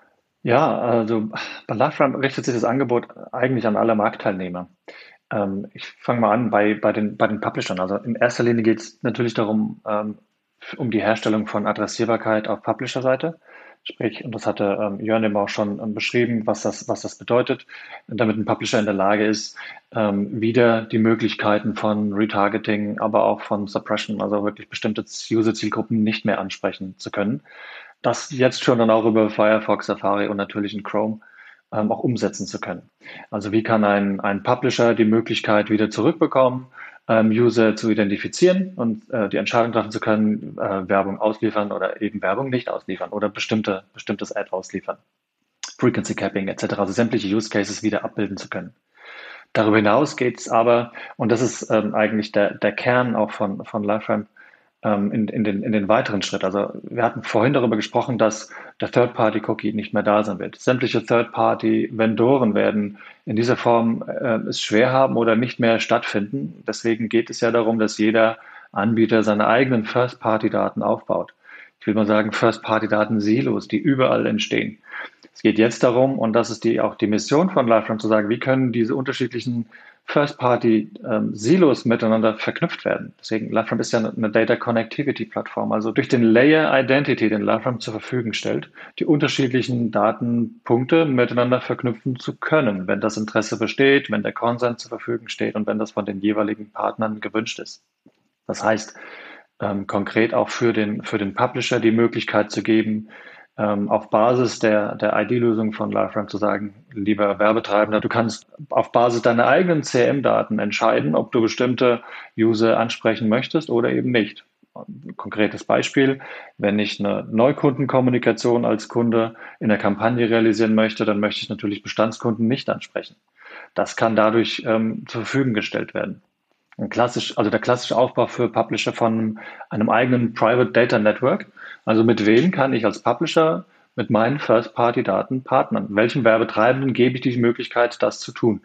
Ja, also bei LiveRamp richtet sich das Angebot eigentlich an alle Marktteilnehmer. Ähm, ich fange mal an bei, bei den, bei den Publishern. Also in erster Linie geht es natürlich darum, ähm, um die Herstellung von Adressierbarkeit auf Publisher-Seite. Sprich, und das hatte ähm, Jörn eben auch schon ähm, beschrieben, was das, was das bedeutet, damit ein Publisher in der Lage ist, ähm, wieder die Möglichkeiten von Retargeting, aber auch von Suppression, also wirklich bestimmte User-Zielgruppen nicht mehr ansprechen zu können. Das jetzt schon dann auch über Firefox, Safari und natürlich in Chrome ähm, auch umsetzen zu können. Also wie kann ein, ein Publisher die Möglichkeit wieder zurückbekommen, ähm, User zu identifizieren und äh, die Entscheidung treffen zu können, äh, Werbung ausliefern oder eben Werbung nicht ausliefern oder bestimmte, bestimmtes Ad ausliefern. Frequency Capping et cetera. Also sämtliche Use Cases wieder abbilden zu können. Darüber hinaus geht es aber, und das ist ähm, eigentlich der, der Kern auch von, von LiveRamp, ähm, in, in, den, in den weiteren Schritt. Also wir hatten vorhin darüber gesprochen, dass der Third-Party-Cookie nicht mehr da sein wird. Sämtliche Third-Party-Vendoren werden in dieser Form äh, es schwer haben oder nicht mehr stattfinden. Deswegen geht es ja darum, dass jeder Anbieter seine eigenen First-Party-Daten aufbaut. Ich will mal sagen, First-Party-Daten-Silos, die überall entstehen. Es geht jetzt darum, und das ist die, auch die Mission von LiveRamp, zu sagen, wie können diese unterschiedlichen First-Party-Silos ähm, miteinander verknüpft werden. Deswegen, LiveRamp ist ja eine Data Connectivity-Plattform, also durch den Layer Identity, den LiveRamp zur Verfügung stellt, die unterschiedlichen Datenpunkte miteinander verknüpfen zu können, wenn das Interesse besteht, wenn der Consent zur Verfügung steht und wenn das von den jeweiligen Partnern gewünscht ist. Das heißt, ähm, konkret auch für den, für den Publisher die Möglichkeit zu geben, ähm, auf Basis der, der I D-Lösung von LiveRamp zu sagen, lieber Werbetreibender, du kannst auf Basis deiner eigenen C R M-Daten entscheiden, ob du bestimmte User ansprechen möchtest oder eben nicht. Ein konkretes Beispiel, wenn ich eine Neukundenkommunikation als Kunde in der Kampagne realisieren möchte, dann möchte ich natürlich Bestandskunden nicht ansprechen. Das kann dadurch ähm, zur Verfügung gestellt werden. Ein klassisch, also der klassische Aufbau für Publisher von einem eigenen Private Data Network. Also mit wem kann ich als Publisher mit meinen First-Party-Daten partnern? Welchen Werbetreibenden gebe ich die Möglichkeit, das zu tun?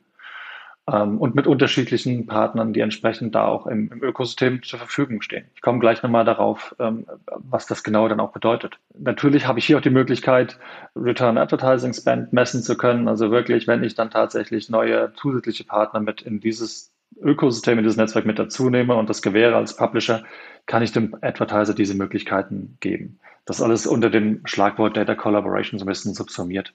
Ähm, und mit unterschiedlichen Partnern, die entsprechend da auch im, im Ökosystem zur Verfügung stehen. Ich komme gleich nochmal darauf, ähm, was das genau dann auch bedeutet. Natürlich habe ich hier auch die Möglichkeit, Return Advertising Spend messen zu können. Also wirklich, wenn ich dann tatsächlich neue zusätzliche Partner mit in dieses Ökosystem, in dieses Netzwerk mit dazu nehme und das gewähre als Publisher, kann ich dem Advertiser diese Möglichkeiten geben. Das alles unter dem Schlagwort Data Collaboration so ein bisschen subsumiert.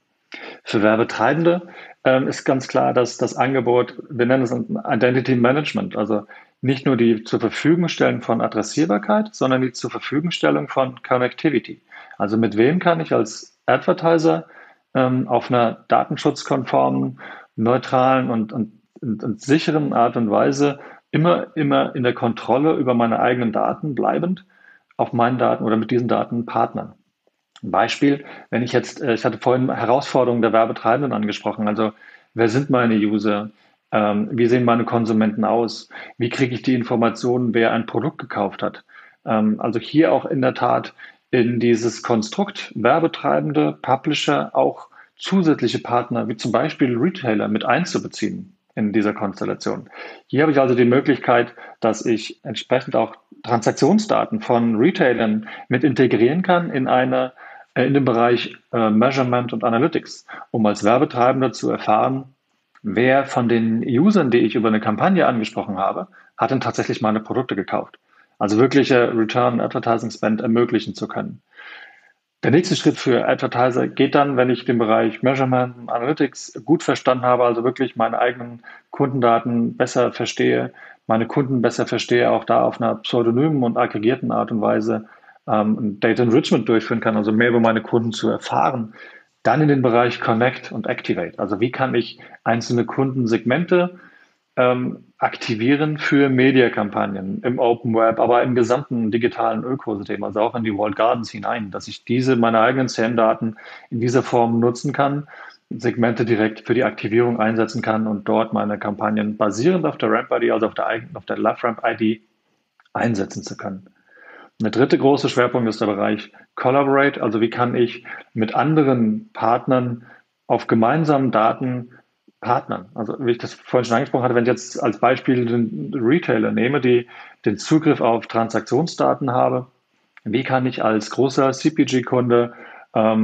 Für Werbetreibende ähm, ist ganz klar, dass das Angebot, wir nennen es Identity Management, also nicht nur die zur Verfügung stellen von Adressierbarkeit, sondern die zur Verfügungstellung von Connectivity. Also mit wem kann ich als Advertiser ähm, auf einer datenschutzkonformen, neutralen und, und und, und sicheren Art und Weise immer, immer in der Kontrolle über meine eigenen Daten bleibend auf meinen Daten oder mit diesen Daten partnern. Ein Beispiel, wenn ich jetzt, ich hatte vorhin Herausforderungen der Werbetreibenden angesprochen, also wer sind meine User? Ähm, wie sehen meine Konsumenten aus? Wie kriege ich die Informationen, wer ein Produkt gekauft hat? Ähm, also hier auch in der Tat in dieses Konstrukt Werbetreibende, Publisher, auch zusätzliche Partner, wie zum Beispiel Retailer, mit einzubeziehen in dieser Konstellation. Hier habe ich also die Möglichkeit, dass ich entsprechend auch Transaktionsdaten von Retailern mit integrieren kann in eine, äh, in den Bereich äh, Measurement und Analytics, um als Werbetreibender zu erfahren, wer von den Usern, die ich über eine Kampagne angesprochen habe, hat denn tatsächlich meine Produkte gekauft. Also wirkliche Return Advertising Spend ermöglichen zu können. Der nächste Schritt für Advertiser geht dann, wenn ich den Bereich Measurement und Analytics gut verstanden habe, also wirklich meine eigenen Kundendaten besser verstehe, meine Kunden besser verstehe, auch da auf einer pseudonymen und aggregierten Art und Weise ähm, Data Enrichment durchführen kann, also mehr über meine Kunden zu erfahren. Dann in den Bereich Connect und Activate. Also wie kann ich einzelne Kundensegmente ähm, aktivieren für Mediakampagnen im Open Web, aber im gesamten digitalen Ökosystem, also auch in die Walled Gardens hinein, dass ich diese, meine eigenen C R M-Daten in dieser Form nutzen kann, Segmente direkt für die Aktivierung einsetzen kann und dort meine Kampagnen basierend auf der Ramp-I D, also auf der, auf der LiveRamp-I D einsetzen zu können. Der dritte große Schwerpunkt ist der Bereich Collaborate, also wie kann ich mit anderen Partnern auf gemeinsamen Daten partnern. Also wie ich das vorhin schon angesprochen hatte, wenn ich jetzt als Beispiel den Retailer nehme, die den Zugriff auf Transaktionsdaten habe, wie kann ich als großer C P G-Kunde ähm,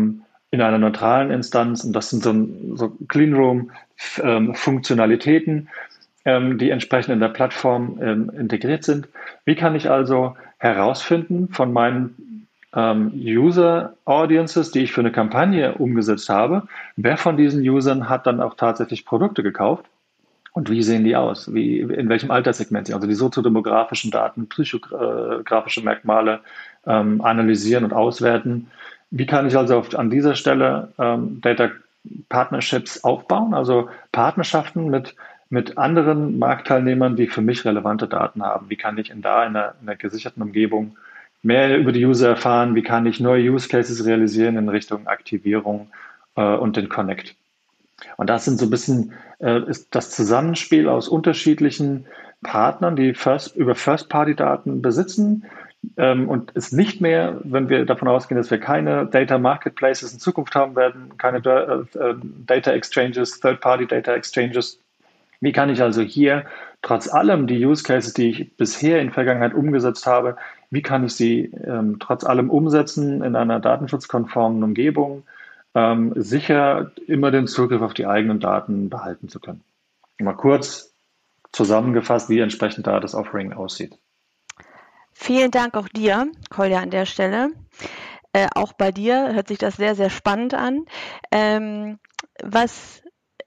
in einer neutralen Instanz, und das sind so, so Cleanroom-Funktionalitäten, ähm, die entsprechend in der Plattform ähm, integriert sind. Wie kann ich also herausfinden von meinen ähm, User-Audiences, die ich für eine Kampagne umgesetzt habe, wer von diesen Usern hat dann auch tatsächlich Produkte gekauft? Und wie sehen die aus? Wie, in welchem Alterssegment sie? Also die soziodemografischen Daten, psychografische Merkmale ähm, analysieren und auswerten. Wie kann ich also auf, an dieser Stelle ähm, Data Partnerships aufbauen? Also Partnerschaften mit, mit anderen Marktteilnehmern, die für mich relevante Daten haben. Wie kann ich in da in einer, in einer gesicherten Umgebung mehr über die User erfahren? Wie kann ich neue Use Cases realisieren in Richtung Aktivierung äh, und den Connect? Und das sind so ein bisschen äh, ist das Zusammenspiel aus unterschiedlichen Partnern, die first, über First-Party-Daten besitzen ähm, und es nicht mehr, wenn wir davon ausgehen, dass wir keine Data Marketplaces in Zukunft haben werden, keine äh, äh, Data Exchanges, Third-Party Data Exchanges. Wie kann ich also hier trotz allem die Use Cases, die ich bisher in der Vergangenheit umgesetzt habe, wie kann ich sie ähm, trotz allem umsetzen in einer datenschutzkonformen Umgebung, ähm, sicher immer den Zugriff auf die eigenen Daten behalten zu können. Mal kurz zusammengefasst, wie entsprechend da das Offering aussieht. Vielen Dank auch dir, Kolja, an der Stelle. Äh, auch bei dir hört sich das sehr, sehr spannend an. Ähm, was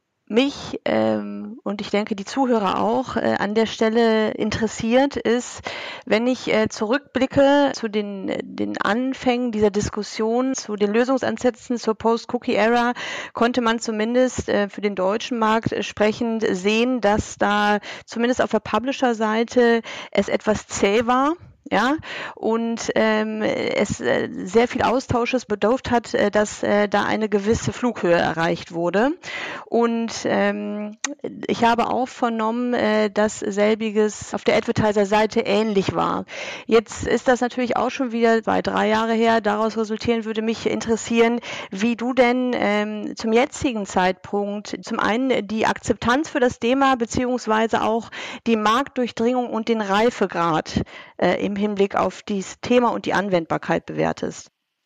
mich ähm, und ich denke die Zuhörer auch äh, an der Stelle interessiert, ist, wenn ich äh, zurückblicke zu den, den Anfängen dieser Diskussion, zu den Lösungsansätzen zur Post-Cookie-Era, konnte man zumindest äh, für den deutschen Markt äh, sprechend sehen, dass da zumindest auf der Publisher-Seite es etwas zäh war. Ja, und ähm, es äh, sehr viel Austausches bedurft hat, äh, dass äh, da eine gewisse Flughöhe erreicht wurde. Und ähm, ich habe auch vernommen, äh, dass selbiges auf der Advertiser-Seite ähnlich war. Jetzt ist das natürlich auch schon wieder zwei, drei Jahre her. Daraus resultieren würde mich interessieren, wie du denn ähm, zum jetzigen Zeitpunkt zum einen die Akzeptanz für das Thema beziehungsweise auch die Marktdurchdringung und den Reifegrad äh, im Hinblick auf dieses Thema und die Anwendbarkeit bewertest?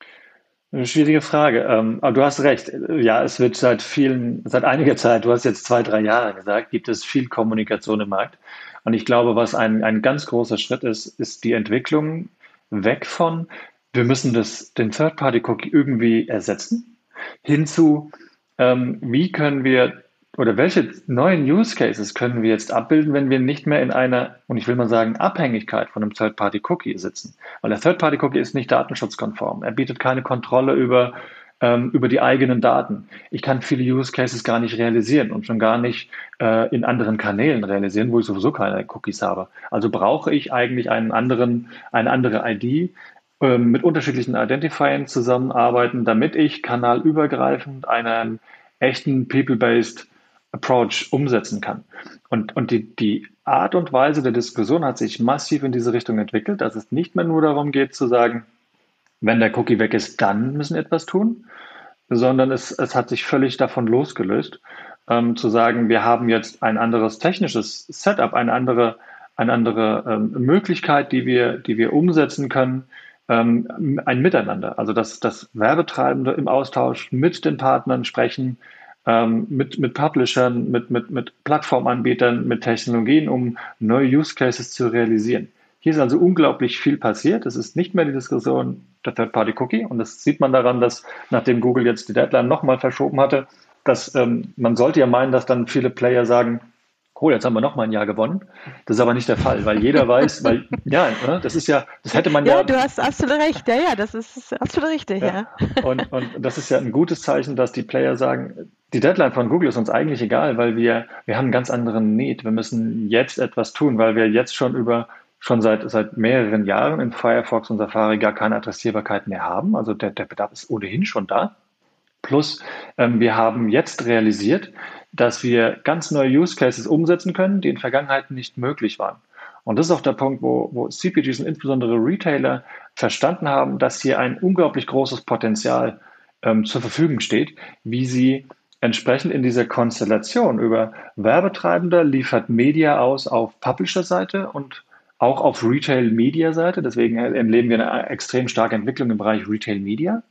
Eine schwierige Frage. Ähm, aber du hast recht. Ja, es wird seit vielen, seit einiger Zeit, du hast jetzt zwei, drei Jahre gesagt, gibt es viel Kommunikation im Markt. Und ich glaube, was ein, ein ganz großer Schritt ist, ist die Entwicklung weg von, wir müssen das, den Third-Party-Cookie irgendwie ersetzen, hinzu, ähm, wie können wir oder welche neuen Use Cases können wir jetzt abbilden, wenn wir nicht mehr in einer, und ich will mal sagen, Abhängigkeit von einem Third-Party-Cookie sitzen? Weil der Third-Party-Cookie ist nicht datenschutzkonform. Er bietet keine Kontrolle über, ähm, über die eigenen Daten. Ich kann viele Use Cases gar nicht realisieren und schon gar nicht äh, in anderen Kanälen realisieren, wo ich sowieso keine Cookies habe. Also brauche ich eigentlich einen anderen, eine andere I D, ähm, mit unterschiedlichen Identifiern zusammenarbeiten, damit ich kanalübergreifend einen echten People-Based Approach umsetzen kann. Und, und die, die Art und Weise der Diskussion hat sich massiv in diese Richtung entwickelt, dass es nicht mehr nur darum geht zu sagen, wenn der Cookie weg ist, dann müssen wir etwas tun, sondern es, es hat sich völlig davon losgelöst, ähm, zu sagen, wir haben jetzt ein anderes technisches Setup, eine andere, eine andere ähm, Möglichkeit, die wir, die wir umsetzen können, ähm, ein Miteinander. Also dass, dass Werbetreibende im Austausch mit den Partnern sprechen, ähm, mit, mit Publishern, mit, mit, mit Plattformanbietern, mit Technologien, um neue Use Cases zu realisieren. Hier ist also unglaublich viel passiert. Es ist nicht mehr die Diskussion der Third-Party-Cookie, und das sieht man daran, dass nachdem Google jetzt die Deadline nochmal verschoben hatte, dass ähm, man sollte ja meinen, dass dann viele Player sagen, cool, jetzt haben wir noch mal ein Jahr gewonnen. Das ist aber nicht der Fall, weil jeder weiß, weil, ja, ne, das ist ja, das hätte man ja. Ja, du hast absolut recht. Ja, ja, das ist absolut richtig, ja. ja. Und, und das ist ja ein gutes Zeichen, dass die Player sagen, die Deadline von Google ist uns eigentlich egal, weil wir, wir haben einen ganz anderen Need. Wir müssen jetzt etwas tun, weil wir jetzt schon über, schon seit, seit mehreren Jahren in Firefox und Safari gar keine Adressierbarkeit mehr haben. Also der, der Bedarf ist ohnehin schon da. Plus, ähm, wir haben jetzt realisiert, dass wir ganz neue Use Cases umsetzen können, die in der Vergangenheit nicht möglich waren. Und das ist auch der Punkt, wo, wo C P Gs und insbesondere Retailer verstanden haben, dass hier ein unglaublich großes Potenzial ähm, zur Verfügung steht, wie sie entsprechend in dieser Konstellation über Werbetreibender liefert Media aus auf Publisher-Seite und auch auf Retail-Media-Seite. Deswegen erleben wir eine extrem starke Entwicklung im Bereich Retail-Media.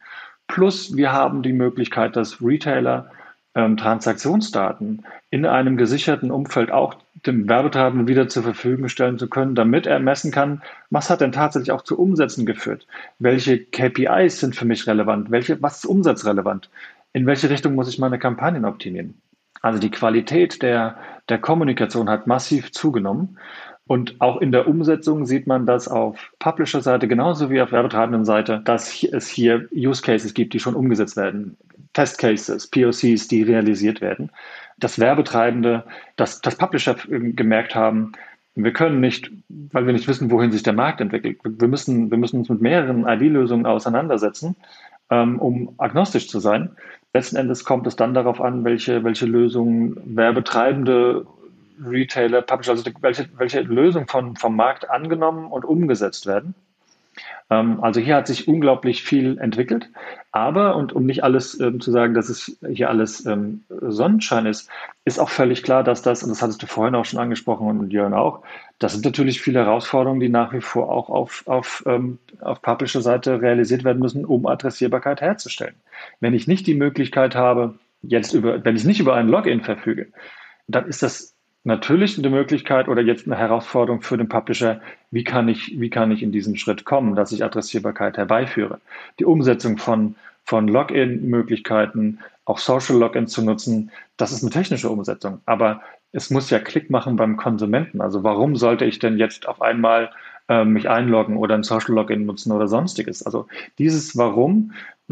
Plus wir haben die Möglichkeit, dass Retailer ähm, Transaktionsdaten in einem gesicherten Umfeld auch dem Werbetreibenden wieder zur Verfügung stellen zu können, damit er messen kann, was hat denn tatsächlich auch zu Umsätzen geführt? Welche K P Is sind für mich relevant? Welche, was ist umsatzrelevant? In welche Richtung muss ich meine Kampagnen optimieren? Also die Qualität der, der Kommunikation hat massiv zugenommen. Und auch in der Umsetzung sieht man, dass auf Publisher-Seite genauso wie auf werbetreibenden Seite, dass es hier Use Cases gibt, die schon umgesetzt werden. Test Cases, P O Cs, die realisiert werden. Das Werbetreibende, dass das Publisher gemerkt haben, wir können nicht, weil wir nicht wissen, wohin sich der Markt entwickelt. Wir müssen, wir müssen uns mit mehreren I D-Lösungen auseinandersetzen, ähm, um agnostisch zu sein. Letzten Endes kommt es dann darauf an, welche, welche Lösungen Werbetreibende, Retailer, Publisher, also welche, welche Lösungen von, vom Markt angenommen und umgesetzt werden. Ähm, also hier hat sich unglaublich viel entwickelt. Aber, und um nicht alles ähm, zu sagen, dass es hier alles ähm, Sonnenschein ist, ist auch völlig klar, dass das, und das hattest du vorhin auch schon angesprochen und Jörn auch, das sind natürlich viele Herausforderungen, die nach wie vor auch auf, auf, ähm, auf Publisher-Seite realisiert werden müssen, um Adressierbarkeit herzustellen. Wenn ich nicht die Möglichkeit habe, jetzt über, wenn ich nicht über ein Login verfüge, dann ist das natürlich eine Möglichkeit oder jetzt eine Herausforderung für den Publisher, wie kann ich, wie kann ich in diesen Schritt kommen, dass ich Adressierbarkeit herbeiführe. Die Umsetzung von, von Login-Möglichkeiten, auch Social Logins zu nutzen, das ist eine technische Umsetzung. Aber es muss ja Klick machen beim Konsumenten. Also warum sollte ich denn jetzt auf einmal äh, mich einloggen oder ein Social Login nutzen oder sonstiges? Also dieses Warum,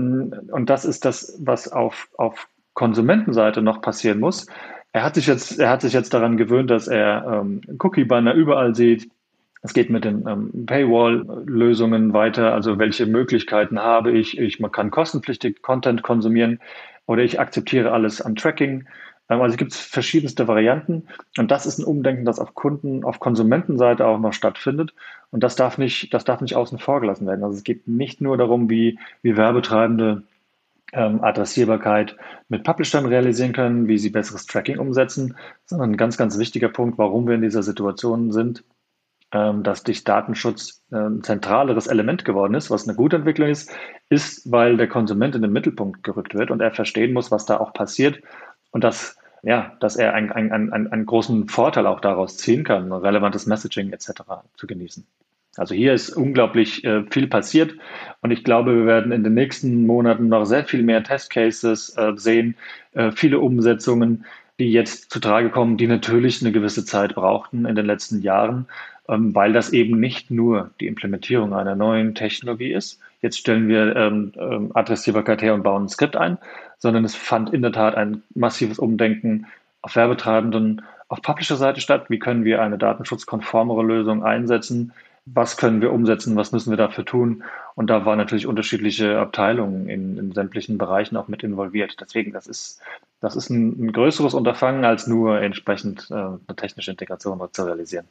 und das ist das, was auf, auf Konsumentenseite noch passieren muss. Er hat sich jetzt, er hat sich jetzt daran gewöhnt, dass er ähm, Cookie-Banner überall sieht. Es geht mit den ähm, Paywall-Lösungen weiter. Also welche Möglichkeiten habe ich? Ich man kann kostenpflichtig Content konsumieren oder ich akzeptiere alles an Tracking. Ähm, also es gibt verschiedenste Varianten. Und das ist ein Umdenken, das auf Kunden, auf Konsumentenseite auch noch stattfindet. Und das darf nicht, das darf nicht außen vor gelassen werden. Also es geht nicht nur darum, wie, wie Werbetreibende Ähm, Adressierbarkeit mit Publishern realisieren können, wie sie besseres Tracking umsetzen, sondern ein ganz, ganz wichtiger Punkt, warum wir in dieser Situation sind, ähm, dass durch Datenschutz äh, ein zentraleres Element geworden ist, was eine gute Entwicklung ist, ist, weil der Konsument in den Mittelpunkt gerückt wird und er verstehen muss, was da auch passiert und dass, ja, dass er einen, einen, einen, einen großen Vorteil auch daraus ziehen kann, relevantes Messaging et cetera zu genießen. Also hier ist unglaublich äh, viel passiert und ich glaube, wir werden in den nächsten Monaten noch sehr viel mehr Testcases äh, sehen, äh, viele Umsetzungen, die jetzt zutage kommen, die natürlich eine gewisse Zeit brauchten in den letzten Jahren, ähm, weil das eben nicht nur die Implementierung einer neuen Technologie ist. Jetzt stellen wir ähm, ähm, Adressierbarkeit her und bauen ein Skript ein, sondern es fand in der Tat ein massives Umdenken auf Werbetreibenden, auf Publisher-Seite statt. Wie können wir eine datenschutzkonformere Lösung einsetzen? Was können wir umsetzen, was müssen wir dafür tun? Und da waren natürlich unterschiedliche Abteilungen in, in sämtlichen Bereichen auch mit involviert. Deswegen, das ist, das ist ein, ein größeres Unterfangen, als nur entsprechend äh, eine technische Integration zu realisieren.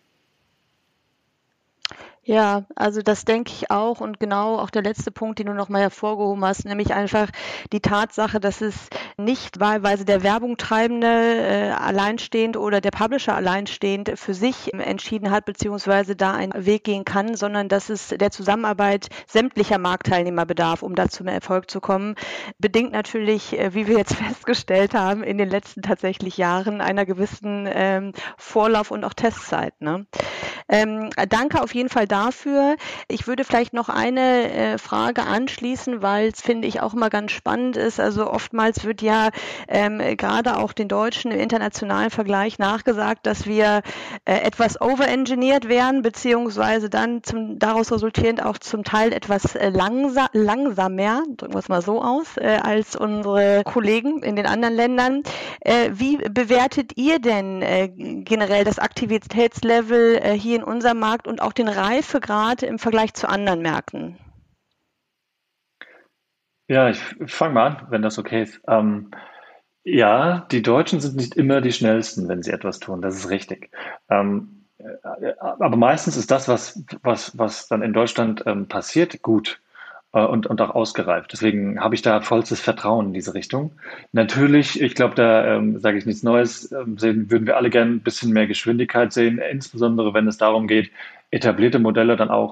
Ja, also das denke ich auch und genau auch der letzte Punkt, den du noch mal hervorgehoben hast, nämlich einfach die Tatsache, dass es nicht wahlweise der Werbungtreibende äh, alleinstehend oder der Publisher alleinstehend für sich entschieden hat, beziehungsweise da einen Weg gehen kann, sondern dass es der Zusammenarbeit sämtlicher Marktteilnehmer bedarf, um da zum Erfolg zu kommen. Bedingt natürlich, äh, wie wir jetzt festgestellt haben, in den letzten tatsächlich Jahren einer gewissen ähm, Vorlauf- und auch Testzeit. Ne? Ähm, danke auf jeden Fall dafür. Ich würde vielleicht noch eine äh, Frage anschließen, weil es, finde ich, auch immer ganz spannend ist. Also oftmals wird ja ähm, gerade auch den Deutschen im internationalen Vergleich nachgesagt, dass wir äh, etwas overengineert werden, beziehungsweise dann zum, daraus resultierend auch zum Teil etwas äh, langsa langsamer, drücken wir es mal so aus, äh, als unsere Kollegen in den anderen Ländern. Äh, wie bewertet ihr denn äh, generell das Aktivitätslevel äh, hier in unserem Markt und auch den Reifegrad im Vergleich zu anderen Märkten? Ja, ich fange mal an, wenn das okay ist. Ähm, ja, die Deutschen sind nicht immer die schnellsten, wenn sie etwas tun. Das ist richtig. Ähm, äh, aber meistens ist das, was, was, was dann in Deutschland ähm, passiert, gut äh, und, und auch ausgereift. Deswegen habe ich da vollstes Vertrauen in diese Richtung. Natürlich, ich glaube, da ähm, sage ich nichts Neues, ähm, sehen, würden wir alle gerne ein bisschen mehr Geschwindigkeit sehen, insbesondere wenn es darum geht, etablierte Modelle dann auch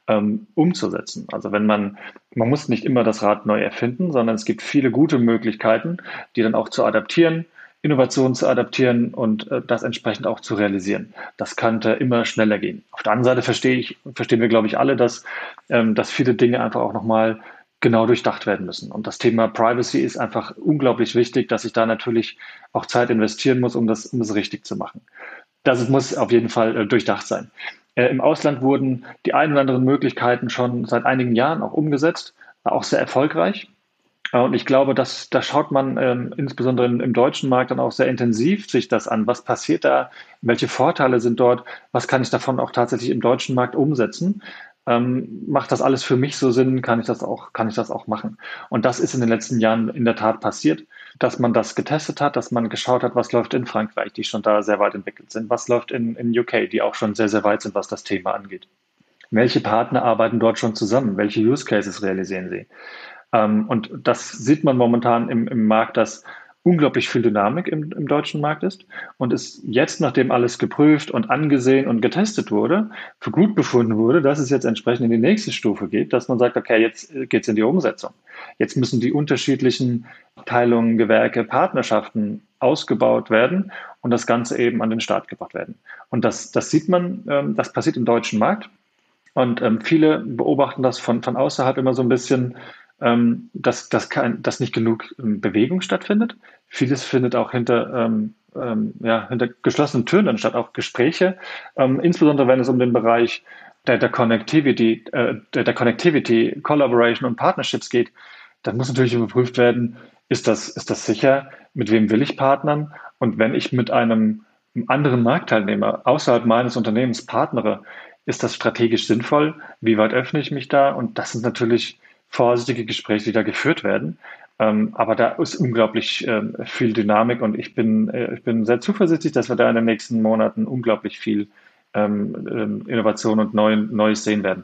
ähm, umzusetzen. Also wenn man, man muss nicht immer das Rad neu erfinden, sondern es gibt viele gute Möglichkeiten, die dann auch zu adaptieren, Innovationen zu adaptieren und äh, das entsprechend auch zu realisieren. Das könnte immer schneller gehen. Auf der anderen Seite verstehe ich, verstehen wir, glaube ich, alle, dass, ähm, dass viele Dinge einfach auch nochmal genau durchdacht werden müssen. Und das Thema Privacy ist einfach unglaublich wichtig, dass ich da natürlich auch Zeit investieren muss, um das, um das richtig zu machen. Das muss auf jeden Fall äh, durchdacht sein. Äh, Im Ausland wurden die ein oder anderen Möglichkeiten schon seit einigen Jahren auch umgesetzt, auch sehr erfolgreich. Äh, Und ich glaube, dass da schaut man ähm, insbesondere im, im deutschen Markt dann auch sehr intensiv sich das an. Was passiert da? Welche Vorteile sind dort? Was kann ich davon auch tatsächlich im deutschen Markt umsetzen? Ähm, macht das alles für mich so Sinn? Kann ich das auch, kann ich das auch machen? Und das ist in den letzten Jahren in der Tat passiert, dass man das getestet hat, dass man geschaut hat, was läuft in Frankreich, die schon da sehr weit entwickelt sind, was läuft in, in U K, die auch schon sehr, sehr weit sind, was das Thema angeht. Welche Partner arbeiten dort schon zusammen? Welche Use Cases realisieren sie? Ähm, und das sieht man momentan im, im Markt, dass unglaublich viel Dynamik im, im deutschen Markt ist und es jetzt, nachdem alles geprüft und angesehen und getestet wurde, für gut befunden wurde, dass es jetzt entsprechend in die nächste Stufe geht, dass man sagt, okay, jetzt geht es in die Umsetzung. Jetzt müssen die unterschiedlichen Abteilungen, Gewerke, Partnerschaften ausgebaut werden und das Ganze eben an den Start gebracht werden. Und das, das sieht man, ähm, das passiert im deutschen Markt. Und ähm, viele beobachten das von, von außerhalb immer so ein bisschen, ähm, dass, dass, kein, dass nicht genug ähm, Bewegung stattfindet. Vieles findet auch hinter, ähm, ähm, ja, hinter geschlossenen Türen dann statt, auch Gespräche, ähm, insbesondere wenn es um den Bereich der, der Connectivity, äh, der, der Connectivity, Collaboration und Partnerships geht. Dann muss natürlich überprüft werden, ist das, ist das sicher, mit wem will ich partnern? Und wenn ich mit einem anderen Marktteilnehmer außerhalb meines Unternehmens partnere, ist das strategisch sinnvoll? Wie weit öffne ich mich da? Und das sind natürlich vorsichtige Gespräche, die da geführt werden. Ähm, aber da ist unglaublich ähm, viel Dynamik und ich bin, äh, ich bin sehr zuversichtlich, dass wir da in den nächsten Monaten unglaublich viel ähm, ähm, Innovation und Neu Neues sehen werden.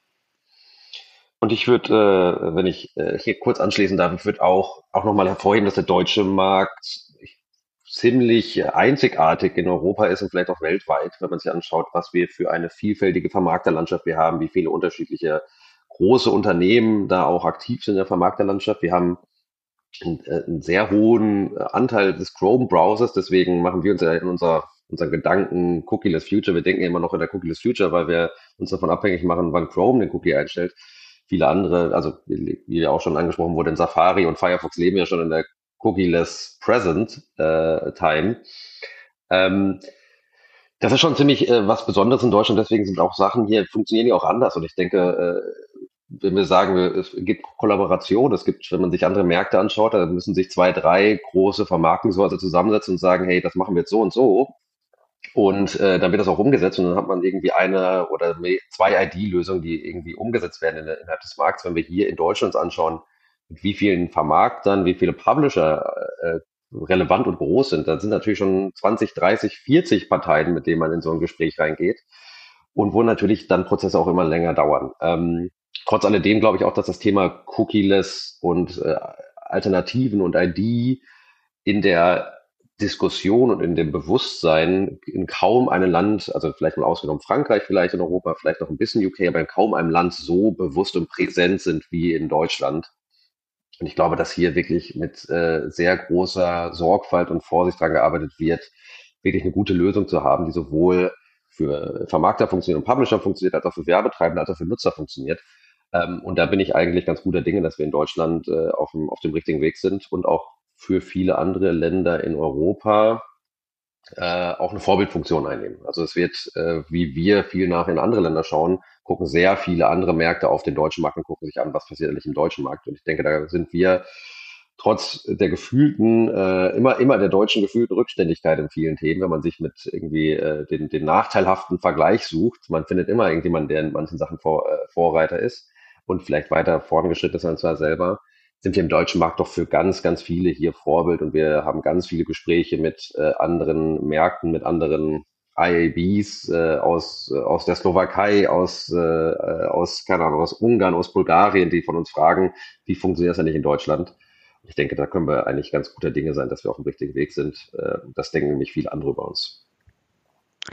Und ich würde, äh, wenn ich äh, hier kurz anschließen darf, ich würde auch, auch nochmal hervorheben, dass der deutsche Markt ziemlich einzigartig in Europa ist und vielleicht auch weltweit, wenn man sich anschaut, was wir für eine vielfältige Vermarkterlandschaft wir haben, wie viele unterschiedliche große Unternehmen da auch aktiv sind in der Vermarkterlandschaft. Wir haben einen, äh, einen sehr hohen Anteil des Chrome-Browsers, deswegen machen wir uns ja in unserer, unseren Gedanken Cookieless Future. Wir denken ja immer noch in der Cookieless Future, weil wir uns davon abhängig machen, wann Chrome den Cookie einstellt. Viele andere, also wie ja auch schon angesprochen wurde, in Safari und Firefox leben ja schon in der Cookieless Present äh, Time. Ähm, das ist schon ziemlich äh, was Besonderes in Deutschland, deswegen sind auch Sachen hier, funktionieren ja auch anders. Und ich denke, äh, wenn wir sagen, es gibt Kollaboration, es gibt, wenn man sich andere Märkte anschaut, dann müssen sich zwei, drei große Vermarktungshäuser zusammensetzen und sagen, hey, das machen wir jetzt so und so. Und äh, dann wird das auch umgesetzt und dann hat man irgendwie eine oder me- zwei I D-Lösungen, die irgendwie umgesetzt werden in der, innerhalb des Markts. Wenn wir hier in Deutschland uns anschauen, mit wie vielen Vermarktern, wie viele Publisher äh, relevant und groß sind, dann sind natürlich schon zwanzig, dreißig, vierzig Parteien, mit denen man in so ein Gespräch reingeht und wo natürlich dann Prozesse auch immer länger dauern. Ähm, trotz alledem glaube ich auch, dass das Thema Cookieless und äh, Alternativen und I D in der Diskussion und in dem Bewusstsein in kaum einem Land, also vielleicht mal ausgenommen Frankreich vielleicht in Europa, vielleicht noch ein bisschen U K, aber in kaum einem Land so bewusst und präsent sind wie in Deutschland. Und ich glaube, dass hier wirklich mit äh, sehr großer Sorgfalt und Vorsicht daran gearbeitet wird, wirklich eine gute Lösung zu haben, die sowohl für Vermarkter funktioniert und Publisher funktioniert, als auch für Werbetreibende, als auch für Nutzer funktioniert. Ähm, und da bin ich eigentlich ganz guter Dinge, dass wir in Deutschland äh, auf, dem, auf dem richtigen Weg sind und auch für viele andere Länder in Europa äh, auch eine Vorbildfunktion einnehmen. Also es wird, äh, wie wir viel nach in andere Länder schauen, gucken sehr viele andere Märkte auf den deutschen Markt und gucken sich an, was passiert eigentlich im deutschen Markt. Und ich denke, da sind wir trotz der gefühlten, äh, immer, immer der deutschen gefühlten Rückständigkeit in vielen Themen, wenn man sich mit irgendwie äh, den, den nachteilhaften Vergleich sucht. Man findet immer irgendjemanden, der in manchen Sachen vor, äh, Vorreiter ist und vielleicht weiter vorangeschritten ist als zwar selber, sind wir im deutschen Markt doch für ganz, ganz viele hier Vorbild und wir haben ganz viele Gespräche mit äh, anderen Märkten, mit anderen I A Bs äh, aus, äh, aus der Slowakei, aus, äh, aus, keine Ahnung, aus Ungarn, aus Bulgarien, die von uns fragen, wie funktioniert das eigentlich in Deutschland? Ich denke, da können wir eigentlich ganz guter Dinge sein, dass wir auf dem richtigen Weg sind. Äh, das denken nämlich viele andere über uns.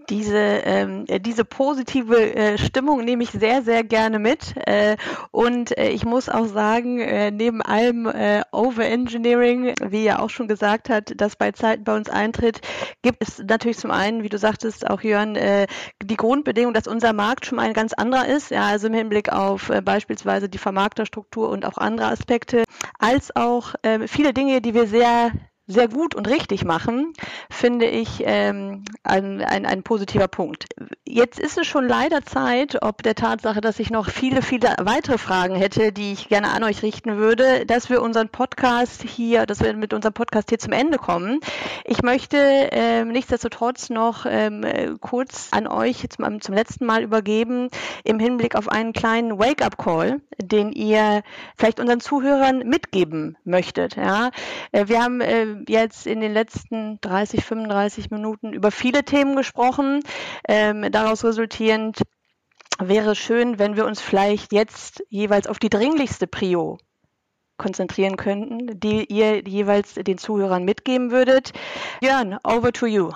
Diese, ähm, diese positive äh, Stimmung nehme ich sehr, sehr gerne mit. Äh, und äh, ich muss auch sagen, äh, neben allem äh, Overengineering, wie er auch schon gesagt hat, das bei Zeiten bei uns eintritt, gibt es natürlich zum einen, wie du sagtest, auch Jörn, äh, die Grundbedingung, dass unser Markt schon mal ein ganz anderer ist. Ja, also im Hinblick auf äh, beispielsweise die Vermarkterstruktur und auch andere Aspekte, als auch äh, viele Dinge, die wir sehr sehr gut und richtig machen, finde ich ähm, ein, ein, ein positiver Punkt. Jetzt ist es schon leider Zeit, ob der Tatsache, dass ich noch viele, viele weitere Fragen hätte, die ich gerne an euch richten würde, dass wir unseren Podcast hier, dass wir mit unserem Podcast hier zum Ende kommen. Ich möchte ähm, nichtsdestotrotz noch ähm, kurz an euch zum, zum letzten Mal übergeben, im Hinblick auf einen kleinen Wake-up-Call, den ihr vielleicht unseren Zuhörern mitgeben möchtet. Ja? Wir haben äh, jetzt in den letzten dreißig, fünfunddreißig Minuten über viele Themen gesprochen. Ähm, daraus resultierend wäre es schön, wenn wir uns vielleicht jetzt jeweils auf die dringlichste Prio konzentrieren könnten, die ihr jeweils den Zuhörern mitgeben würdet. Jörn, over to you.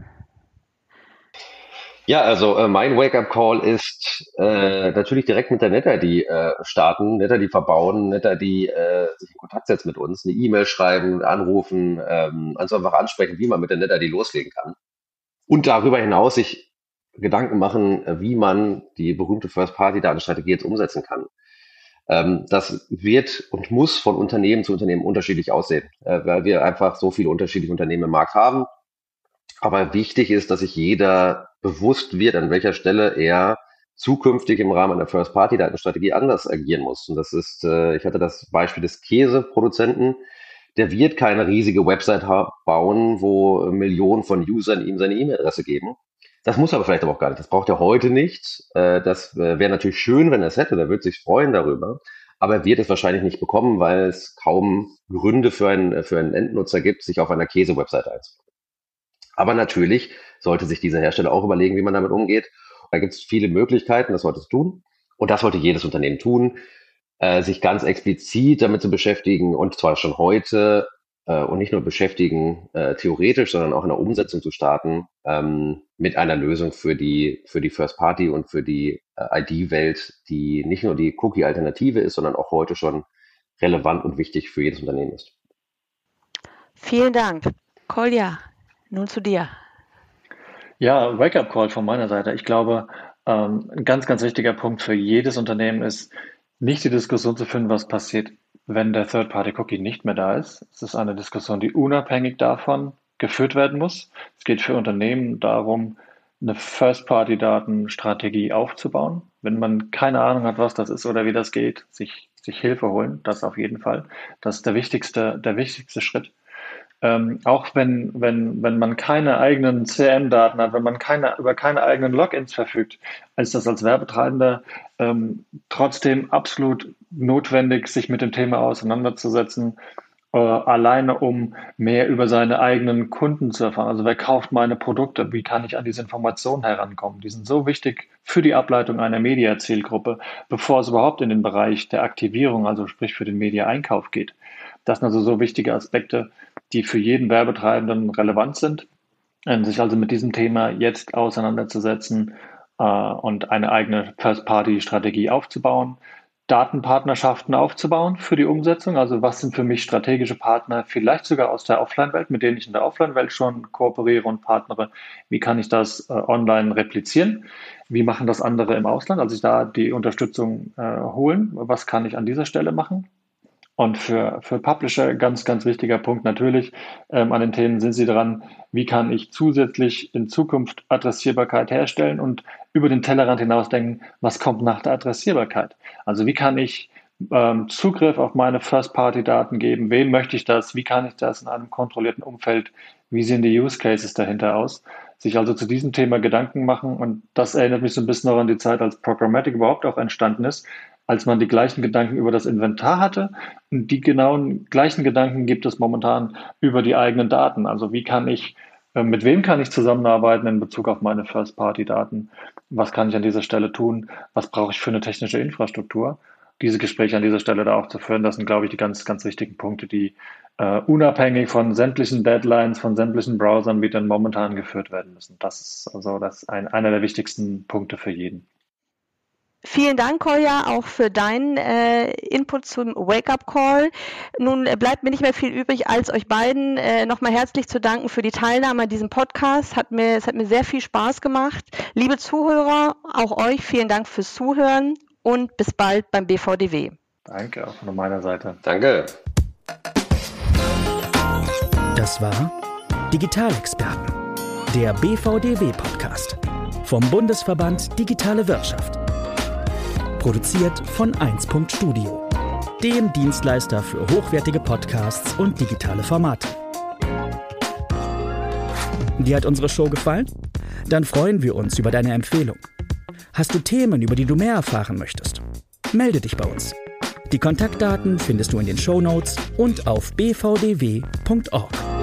Ja, also äh, mein Wake-up-Call ist äh, natürlich direkt mit der NetID äh, starten, NetID verbauen, NetID äh, sich in Kontakt setzen mit uns, eine E-Mail schreiben, anrufen, ähm, also einfach ansprechen, wie man mit der NetID loslegen kann. Und darüber hinaus sich Gedanken machen, wie man die berühmte First-Party-Datenstrategie jetzt umsetzen kann. Ähm, das wird und muss von Unternehmen zu Unternehmen unterschiedlich aussehen, äh, weil wir einfach so viele unterschiedliche Unternehmen im Markt haben. Aber wichtig ist, dass sich jeder bewusst wird, an welcher Stelle er zukünftig im Rahmen einer First-Party-Datenstrategie anders agieren muss. Und das ist, äh, ich hatte das Beispiel des Käseproduzenten, der wird keine riesige Website bauen, wo Millionen von Usern ihm seine E-Mail-Adresse geben. Das muss er aber vielleicht aber auch gar nicht. Das braucht er heute nicht. Äh, das äh, wäre natürlich schön, wenn er es hätte. Der würde sich freuen darüber. Aber er wird es wahrscheinlich nicht bekommen, weil es kaum Gründe für einen, für einen Endnutzer gibt, sich auf einer Käse-Website einzuloggen. Aber natürlich sollte sich dieser Hersteller auch überlegen, wie man damit umgeht. Da gibt es viele Möglichkeiten, das sollte es tun. Und das sollte jedes Unternehmen tun, äh, sich ganz explizit damit zu beschäftigen und zwar schon heute äh, und nicht nur beschäftigen äh, theoretisch, sondern auch in der Umsetzung zu starten ähm, mit einer Lösung für die für die First Party und für die äh, I D-Welt, die nicht nur die Cookie-Alternative ist, sondern auch heute schon relevant und wichtig für jedes Unternehmen ist. Vielen Dank. Kolja, nun zu dir. Ja, Wake-up-Call von meiner Seite. Ich glaube, ähm, ein ganz, ganz wichtiger Punkt für jedes Unternehmen ist, nicht die Diskussion zu führen, was passiert, wenn der Third-Party-Cookie nicht mehr da ist. Es ist eine Diskussion, die unabhängig davon geführt werden muss. Es geht für Unternehmen darum, eine First-Party-Datenstrategie aufzubauen. Wenn man keine Ahnung hat, was das ist oder wie das geht, sich, sich Hilfe holen, das auf jeden Fall. Das ist der wichtigste, der wichtigste Schritt. Ähm, auch wenn, wenn, wenn man keine eigenen C R M-Daten hat, wenn man keine, über keine eigenen Logins verfügt, ist das als Werbetreibender ähm, trotzdem absolut notwendig, sich mit dem Thema auseinanderzusetzen, äh, alleine um mehr über seine eigenen Kunden zu erfahren. Also wer kauft meine Produkte? Wie kann ich an diese Informationen herankommen? Die sind so wichtig für die Ableitung einer Media-Zielgruppe, bevor es überhaupt in den Bereich der Aktivierung, also sprich für den Media-Einkauf geht. Das sind also so wichtige Aspekte, die für jeden Werbetreibenden relevant sind, sich also mit diesem Thema jetzt auseinanderzusetzen äh, und eine eigene First-Party-Strategie aufzubauen, Datenpartnerschaften aufzubauen für die Umsetzung. Also was sind für mich strategische Partner, vielleicht sogar aus der Offline-Welt, mit denen ich in der Offline-Welt schon kooperiere und partnere. Wie kann ich das äh, online replizieren? Wie machen das andere im Ausland? Also ich da die Unterstützung äh, holen. Was kann ich an dieser Stelle machen? Und für, für Publisher ganz, ganz wichtiger Punkt natürlich, ähm, an den Themen sind sie dran, wie kann ich zusätzlich in Zukunft Adressierbarkeit herstellen und über den Tellerrand hinaus denken, was kommt nach der Adressierbarkeit? Also wie kann ich ähm, Zugriff auf meine First-Party-Daten geben? Wem möchte ich das? Wie kann ich das in einem kontrollierten Umfeld? Wie sehen die Use Cases dahinter aus? Sich also zu diesem Thema Gedanken machen, und das erinnert mich so ein bisschen noch an die Zeit, als Programmatic überhaupt auch entstanden ist, als man die gleichen Gedanken über das Inventar hatte. Und die genauen gleichen Gedanken gibt es momentan über die eigenen Daten. Also wie kann ich, äh, mit wem kann ich zusammenarbeiten in Bezug auf meine First-Party-Daten? Was kann ich an dieser Stelle tun? Was brauche ich für eine technische Infrastruktur? Diese Gespräche an dieser Stelle da auch zu führen, das sind, glaube ich, die ganz, ganz wichtigen Punkte, die äh, unabhängig von sämtlichen Deadlines, von sämtlichen Browseranbietern momentan geführt werden müssen. Das ist also das ein, einer der wichtigsten Punkte für jeden. Vielen Dank, Kolja, auch für deinen äh, Input zum Wake-up-Call. Nun äh, bleibt mir nicht mehr viel übrig, als euch beiden äh, nochmal herzlich zu danken für die Teilnahme an diesem Podcast. Hat mir, es hat mir sehr viel Spaß gemacht. Liebe Zuhörer, auch euch vielen Dank fürs Zuhören und bis bald beim B V D W. Danke, auch von meiner Seite. Danke. Das war Digitalexperten, der B V D W-Podcast vom Bundesverband Digitale Wirtschaft. Produziert von eins Punkt Studio, dem Dienstleister für hochwertige Podcasts und digitale Formate. Dir hat unsere Show gefallen? Dann freuen wir uns über deine Empfehlung. Hast du Themen, über die du mehr erfahren möchtest? Melde dich bei uns. Die Kontaktdaten findest du in den Shownotes und auf b v d w punkt org.